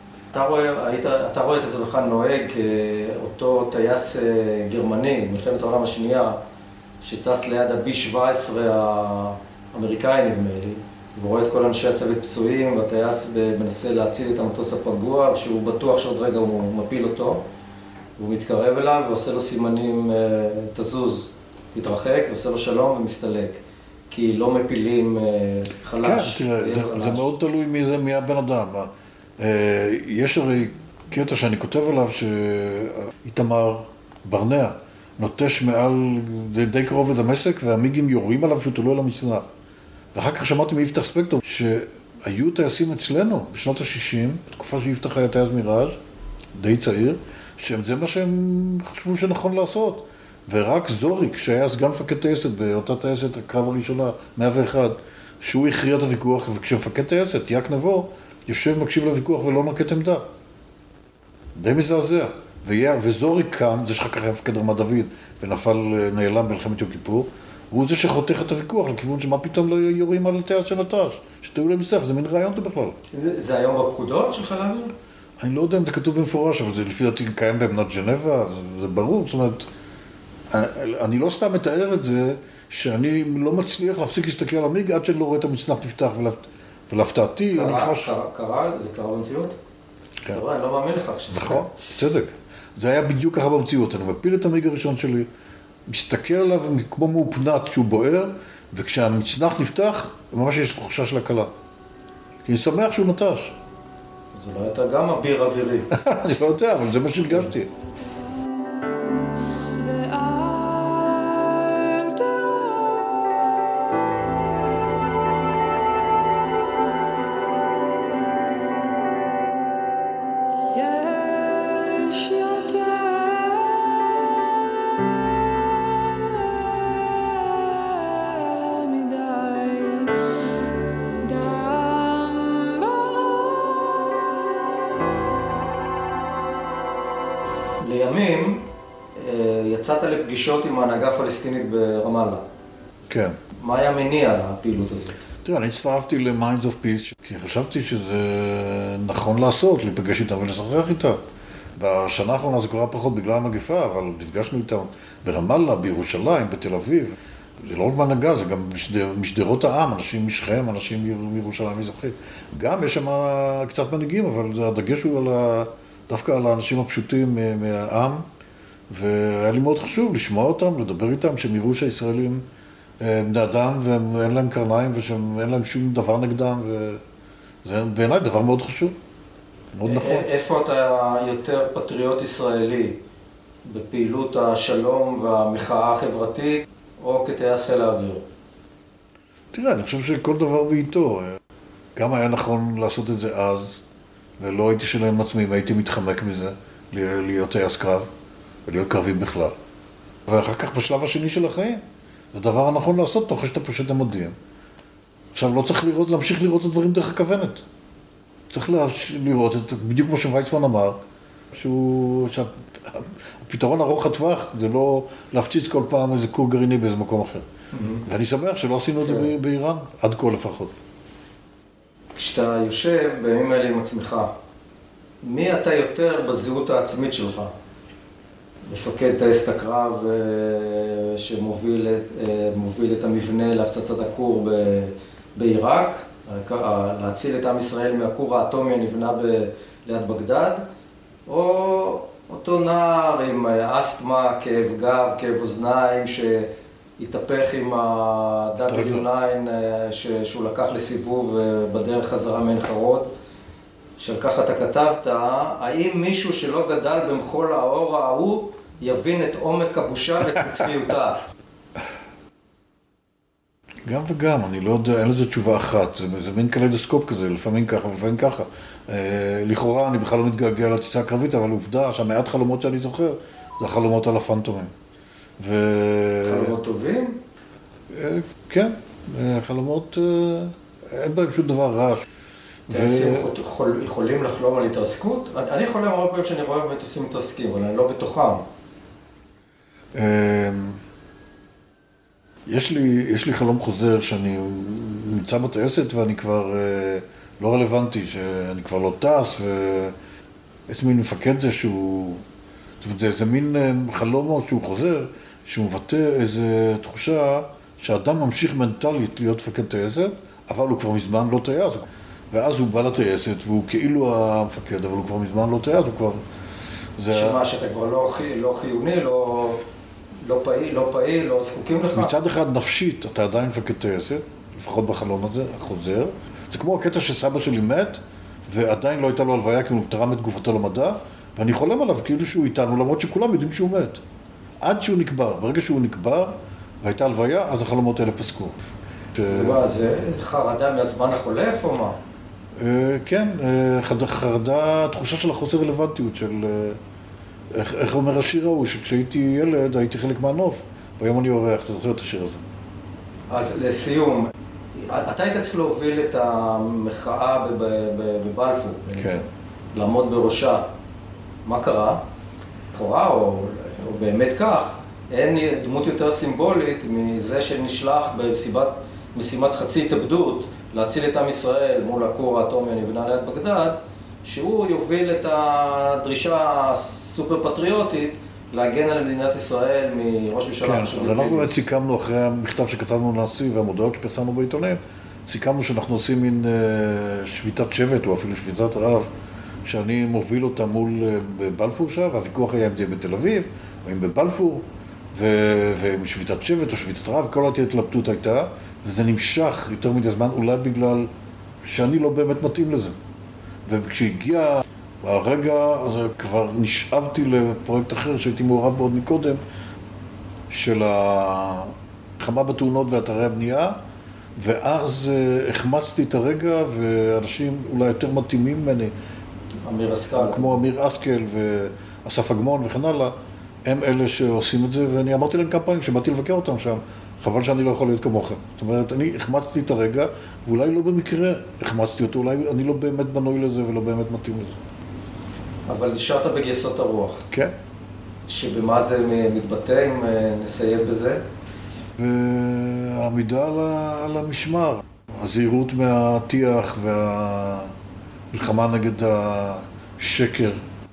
אתה רואה את זה בכלל נוהג אותו טייס גרמני, מלחמת העולם השנייה, שטס ליד ה-B-17 האמריקאי נדמה לי, ורואה את כל אנשי הצוות פצועים, והטייס מנסה להציל את המטוס הפגוע, ושהוא בטוח שעוד רגע הוא מפיל אותו, והוא מתקרב אליו ועושה לו סימנים, תזוז, מתרחק, ועושה לו שלום ומסתלק. כי לא מפילים חלש. כן, תראה, זה מאוד תלוי מי הבן אדם. יש הרי קטע שאני כותב עליו שאיתמר ברנע נוטש מעל די קרוב לדמשק, והמיגים יורים עליו שהוא תלוי על המצנח. ואחר כך שמעתי מיפתח ספקטור שהיו טייסים אצלנו בשנות ה-60, בתקופה שיפתח היה טייס מיראז' די צעיר, שזה מה שהם חשבו שנכון לעשות. ורק זוריק, שהיה סגן מפקד טייסת באותה טייסת, הקרב הראשונה, 101, שהוא הכריע את הוויכוח, וכשמפקד טייסת, יאק נבו, יושב מקשיב לוויכוח ולא נוקט עמדה. די מזעזע. וזוריק קם, זה שחר כך היה מפקד רמת דוד, ונפל נעלם במלחמת יום כיפור, הוא זה שחותך את הוויכוח לכיוון שמה פתאום לא יורים על טייס של נטש, שתהיו להם מצטח, זה מין רעיון זה בכלל. זה היום בפקודות של חיל האוויר? אני לא יודע אם זה כתוב במפורש, אבל זה לפי דעתי קיים באמנת ז'נבה, זה ברור, זאת אומרת, אני לא סתם מתאר את זה, שאני לא מצליח להפסיק להסתכל על המיג עד שאני לא רואה את המצנח נפתח ולהפתעתי, אני חש... זה קרה במציאות? כן. אתה רואה, אני לא מאמין לך. נכון, צדק. זה היה בדיוק ככה במציאות. אני מפיל את המיג הראשון שלי, מסתכל עליו כמו מאופנת שהוא בוער, וכשהמצנח נפתח, ממש יש תחושה של הקלה. כי אני שמח שהוא נטש. זה לא הייתה גם אביר אווירי. אני לא יודע, אבל זה מה שהרגשתי. לימים יצאת לפגישות עם ההנהגה הפלסטינית ברמאללה. כן. מה היה מניע לפעילות הזאת? תראה, אני הצטרפתי ל-Minds of Peace, כי חשבתי שזה נכון לעשות, להיפגש איתם ולשוחח איתם. בשנה האחרונה זה קורה פחות בגלל המגפה, אבל נפגשנו איתם ברמאללה, בירושלים, בתל אביב. זה לא רק בהנהגה, זה גם משדרות העם, אנשים משכם, אנשים מירושלים מזרחית. גם יש שם קצת מנהיגים, אבל הדגש הוא דווקא על האנשים הפשוטים מהעם, והיה לי מאוד חשוב לשמוע אותם, לדבר איתם, שהם יראו שהישראלים בני אדם ואין להם קרניים ושאין להם שום דבר נגדם, וזה בעיניי דבר מאוד חשוב, מאוד נכון. איפה אתה יותר פטריוט ישראלי? בפעילות השלום והמחאה החברתית, או כטייס חיל האוויר? תראה, אני חושב שכל דבר בעיתו. גם היה נכון לעשות את זה אז, ולא הייתי שלם עצמי, הייתי מתחמק מזה, להיות טייס קרב, ולהיות קרבים בכלל. ואחר כך בשלב השני של החיים, זה הדבר הנכון לעשות, תוך שאתה פושט המודיעין. עכשיו, לא צריך להמשיך לראות את הדברים דרך הכוונת. צריך לראות, בדיוק כמו שוויצמן אמר, שהפתרון ארוך הטווח זה לא להפציץ כל פעם איזה כור גרעיני באיזה מקום אחר. ואני שמח שלא עשינו את זה באיראן, עד כה לפחות. כשאתה יושב בימים האלה עם עצמך, מי אתה יותר בזהות העצמית שלך? מפקד טייסת הקרב שמוביל את המבנה להפצצת הכור בעיראק, להציל את עם ישראל מהכור האטומי הנבנה ליד בגדד, או אותו נער עם אסתמה, כאב גב, כאב אוזניים, שהתהפך עם ה-W9 שהוא לקח לסיבוב בדרך חזרה מעין חרוד, של ככה אתה כתבת, האם מישהו שלא גדל במחול האור ההוא יבין את עומק הבושה ואת צביעותה? גם וגם, אני לא יודע, אין לזה תשובה אחת, זה מין קליידוסקופ כזה, לפעמים ככה ולפעמים ככה. לכאורה אני בכלל לא מתגעגע לטיסה הקרבית, אבל עובדה שהמעט חלומות שאני זוכר, זה החלומות על הפנטומים. חלומות טובים? כן, חלומות, אין בהם שום דבר רע. טייסים יכולים לחלום על התרסקות? אני חולם הרבה פעמים שאני רואה מטוסים מתרסקים, אבל אני לא בתוכם. יש לי חלום חוזר שאני נמצא בטייסת ואני כבר לא רלוונטי, שאני כבר לא טס, ואיזה מין מפקד זה שהוא... זאת אומרת, זה איזה מין חלום שהוא חוזר, שהוא מבטא איזו תחושה שהאדם ממשיך מנטלית להיות מפקד טייסת, אבל הוא כבר מזמן לא טייס. ואז הוא בא לטייסת והוא כאילו המפקד, אבל הוא כבר מזמן לא טייס, הוא כבר... שמה, שאתה כבר לא חיוני, לא פעיל, לא זקוקים לך? מצד אחד נפשית, אתה עדיין מפקד טייסת, לפחות בחלום הזה, החוזר. זה כמו הקטע שסבא שלי מת, ועדיין לא הייתה לו הלוויה כי הוא תרם את גופתו למדע, ואני חולם עליו כאילו שהוא איתנו, למרות שכולם יודעים שהוא מת. עד שהוא נקבר. ברגע שהוא נקבר, והייתה הלוויה, אז החלומות האלה פסקו. מה, זה חרדה מהזמן החולף או מה? כן, חרדה, תחושה של החוסר רלוונטיות, של... איך אומר השיר ההוא, שכשהייתי ילד הייתי חלק מהנוף, והיום אני אורח, אתה זוכר את השיר הזה. אז לסיום, אתה היית צריך להוביל את המחאה בבלפור, כן. לעמוד בראשה. מה קרה? לכאורה או באמת כך, אין דמות יותר סימבולית מזה שנשלח במשימת חצי התאבדות להציל את עם ישראל מול הכור האטומי הנבנה ליד בגדד, שהוא יוביל את הדרישה הסופר פטריוטית להגן על מדינת ישראל מראש ממשלה. כן, אז אנחנו באמת סיכמנו אחרי המכתב שכתבנו לנשיא והמודעות שפרסמנו בעיתונים, סיכמנו שאנחנו עושים מין שביתת שבט או אפילו שביתת רעב, שאני מוביל אותה מול בבלפור שם, והוויכוח היה אם זה בתל אביב או אם בבלפור, ושביתת שבט או שביתת רעב, כל ההתלבטות הייתה, וזה נמשך יותר מדי זמן, אולי בגלל שאני לא באמת מתאים לזה. וכשהגיע הרגע, אז כבר נשאבתי לפרויקט אחר שהייתי מעורב מאוד מקודם, של החמה בתאונות ואתרי הבנייה, ואז החמצתי את הרגע, ואנשים אולי יותר מתאימים ממני, אמיר אסקל. כמו אמיר אסקל ואסף אגמון וכן הלאה, הם אלה שעושים את זה, ואני אמרתי להם כמה פעמים כשבאתי לבקר אותם שם, חבל שאני לא יכול להיות כמוכם. זאת אומרת, אני החמצתי את הרגע, ואולי לא במקרה החמצתי אותו, אולי אני לא באמת בנוי לזה ולא באמת מתאים לזה. אבל נשארת בגייסות הרוח. כן. שבמה זה מתבטא, אם נסיים בזה? והעמידה על המשמר, הזהירות מהטיח והמלחמה נגד השקר.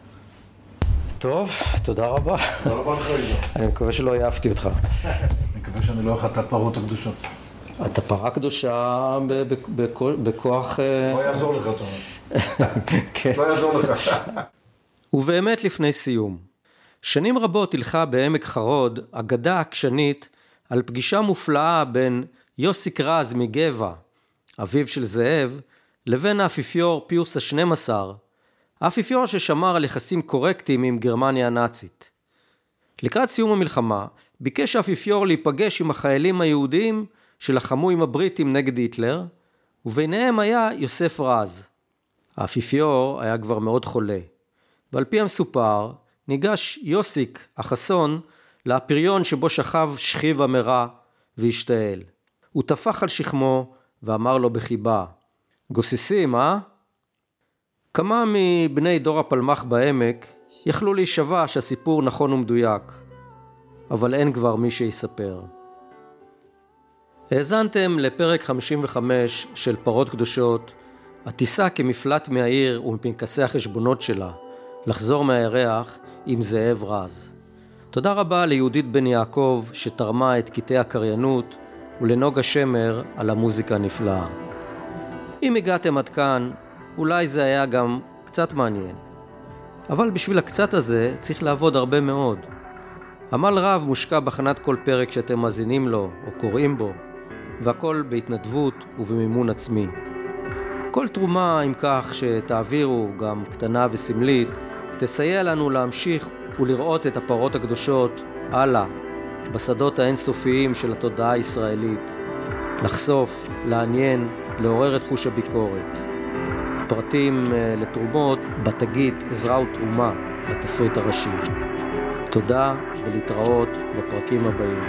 טוב, תודה רבה. תודה רבה לך, איזה. אני מקווה שלא העפתי אותך. אני מקווה שאני לא אחת הפרות הקדושות. אתה פרה קדושה בכוח... לא יעזור לך, אתה אומר. כן. לא יעזור לך. ובאמת לפני סיום. שנים רבות הלכה בעמק חרוד אגדה עקשנית על פגישה מופלאה בין יוסיק רז מגבע, אביו של זאב, לבין האפיפיור פיוס ה-12, האפיפיור ששמר על יחסים קורקטיים עם גרמניה הנאצית. לקראת סיום המלחמה, ביקש האפיפיור להיפגש עם החיילים היהודים שלחמו עם הבריטים נגד היטלר, וביניהם היה יוסף רז. האפיפיור היה כבר מאוד חולה, ועל פי המסופר, ניגש יוסיק החסון לפריון שבו שכב שכיב המרע והשתעל. הוא טפח על שכמו ואמר לו בחיבה, גוססים, אה? כמה מבני דור הפלמח בעמק יכלו להישבע שהסיפור נכון ומדויק, אבל אין כבר מי שיספר. האזנתם לפרק 55 של פרות קדושות, הטיסה כמפלט מהעיר ומפנקסי החשבונות שלה, לחזור מהירח עם זאב רז. תודה רבה ליהודית בן יעקב שתרמה את קטעי הקריינות, ולנוגה שמר על המוזיקה הנפלאה. אם הגעתם עד כאן, אולי זה היה גם קצת מעניין. אבל בשביל הקצת הזה צריך לעבוד הרבה מאוד. עמל רב מושקע בהכנת כל פרק שאתם מאזינים לו או קוראים בו, והכל בהתנדבות ובמימון עצמי. כל תרומה, אם כך, שתעבירו, גם קטנה וסמלית, תסייע לנו להמשיך ולראות את הפרות הקדושות הלאה, בשדות האינסופיים של התודעה הישראלית. לחשוף, לעניין, לעורר את חוש הביקורת. פרטים לתרומות בתגית עזרה ותרומה בתפריט הראשי. תודה ולהתראות בפרקים הבאים.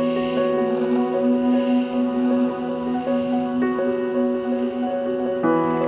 עוד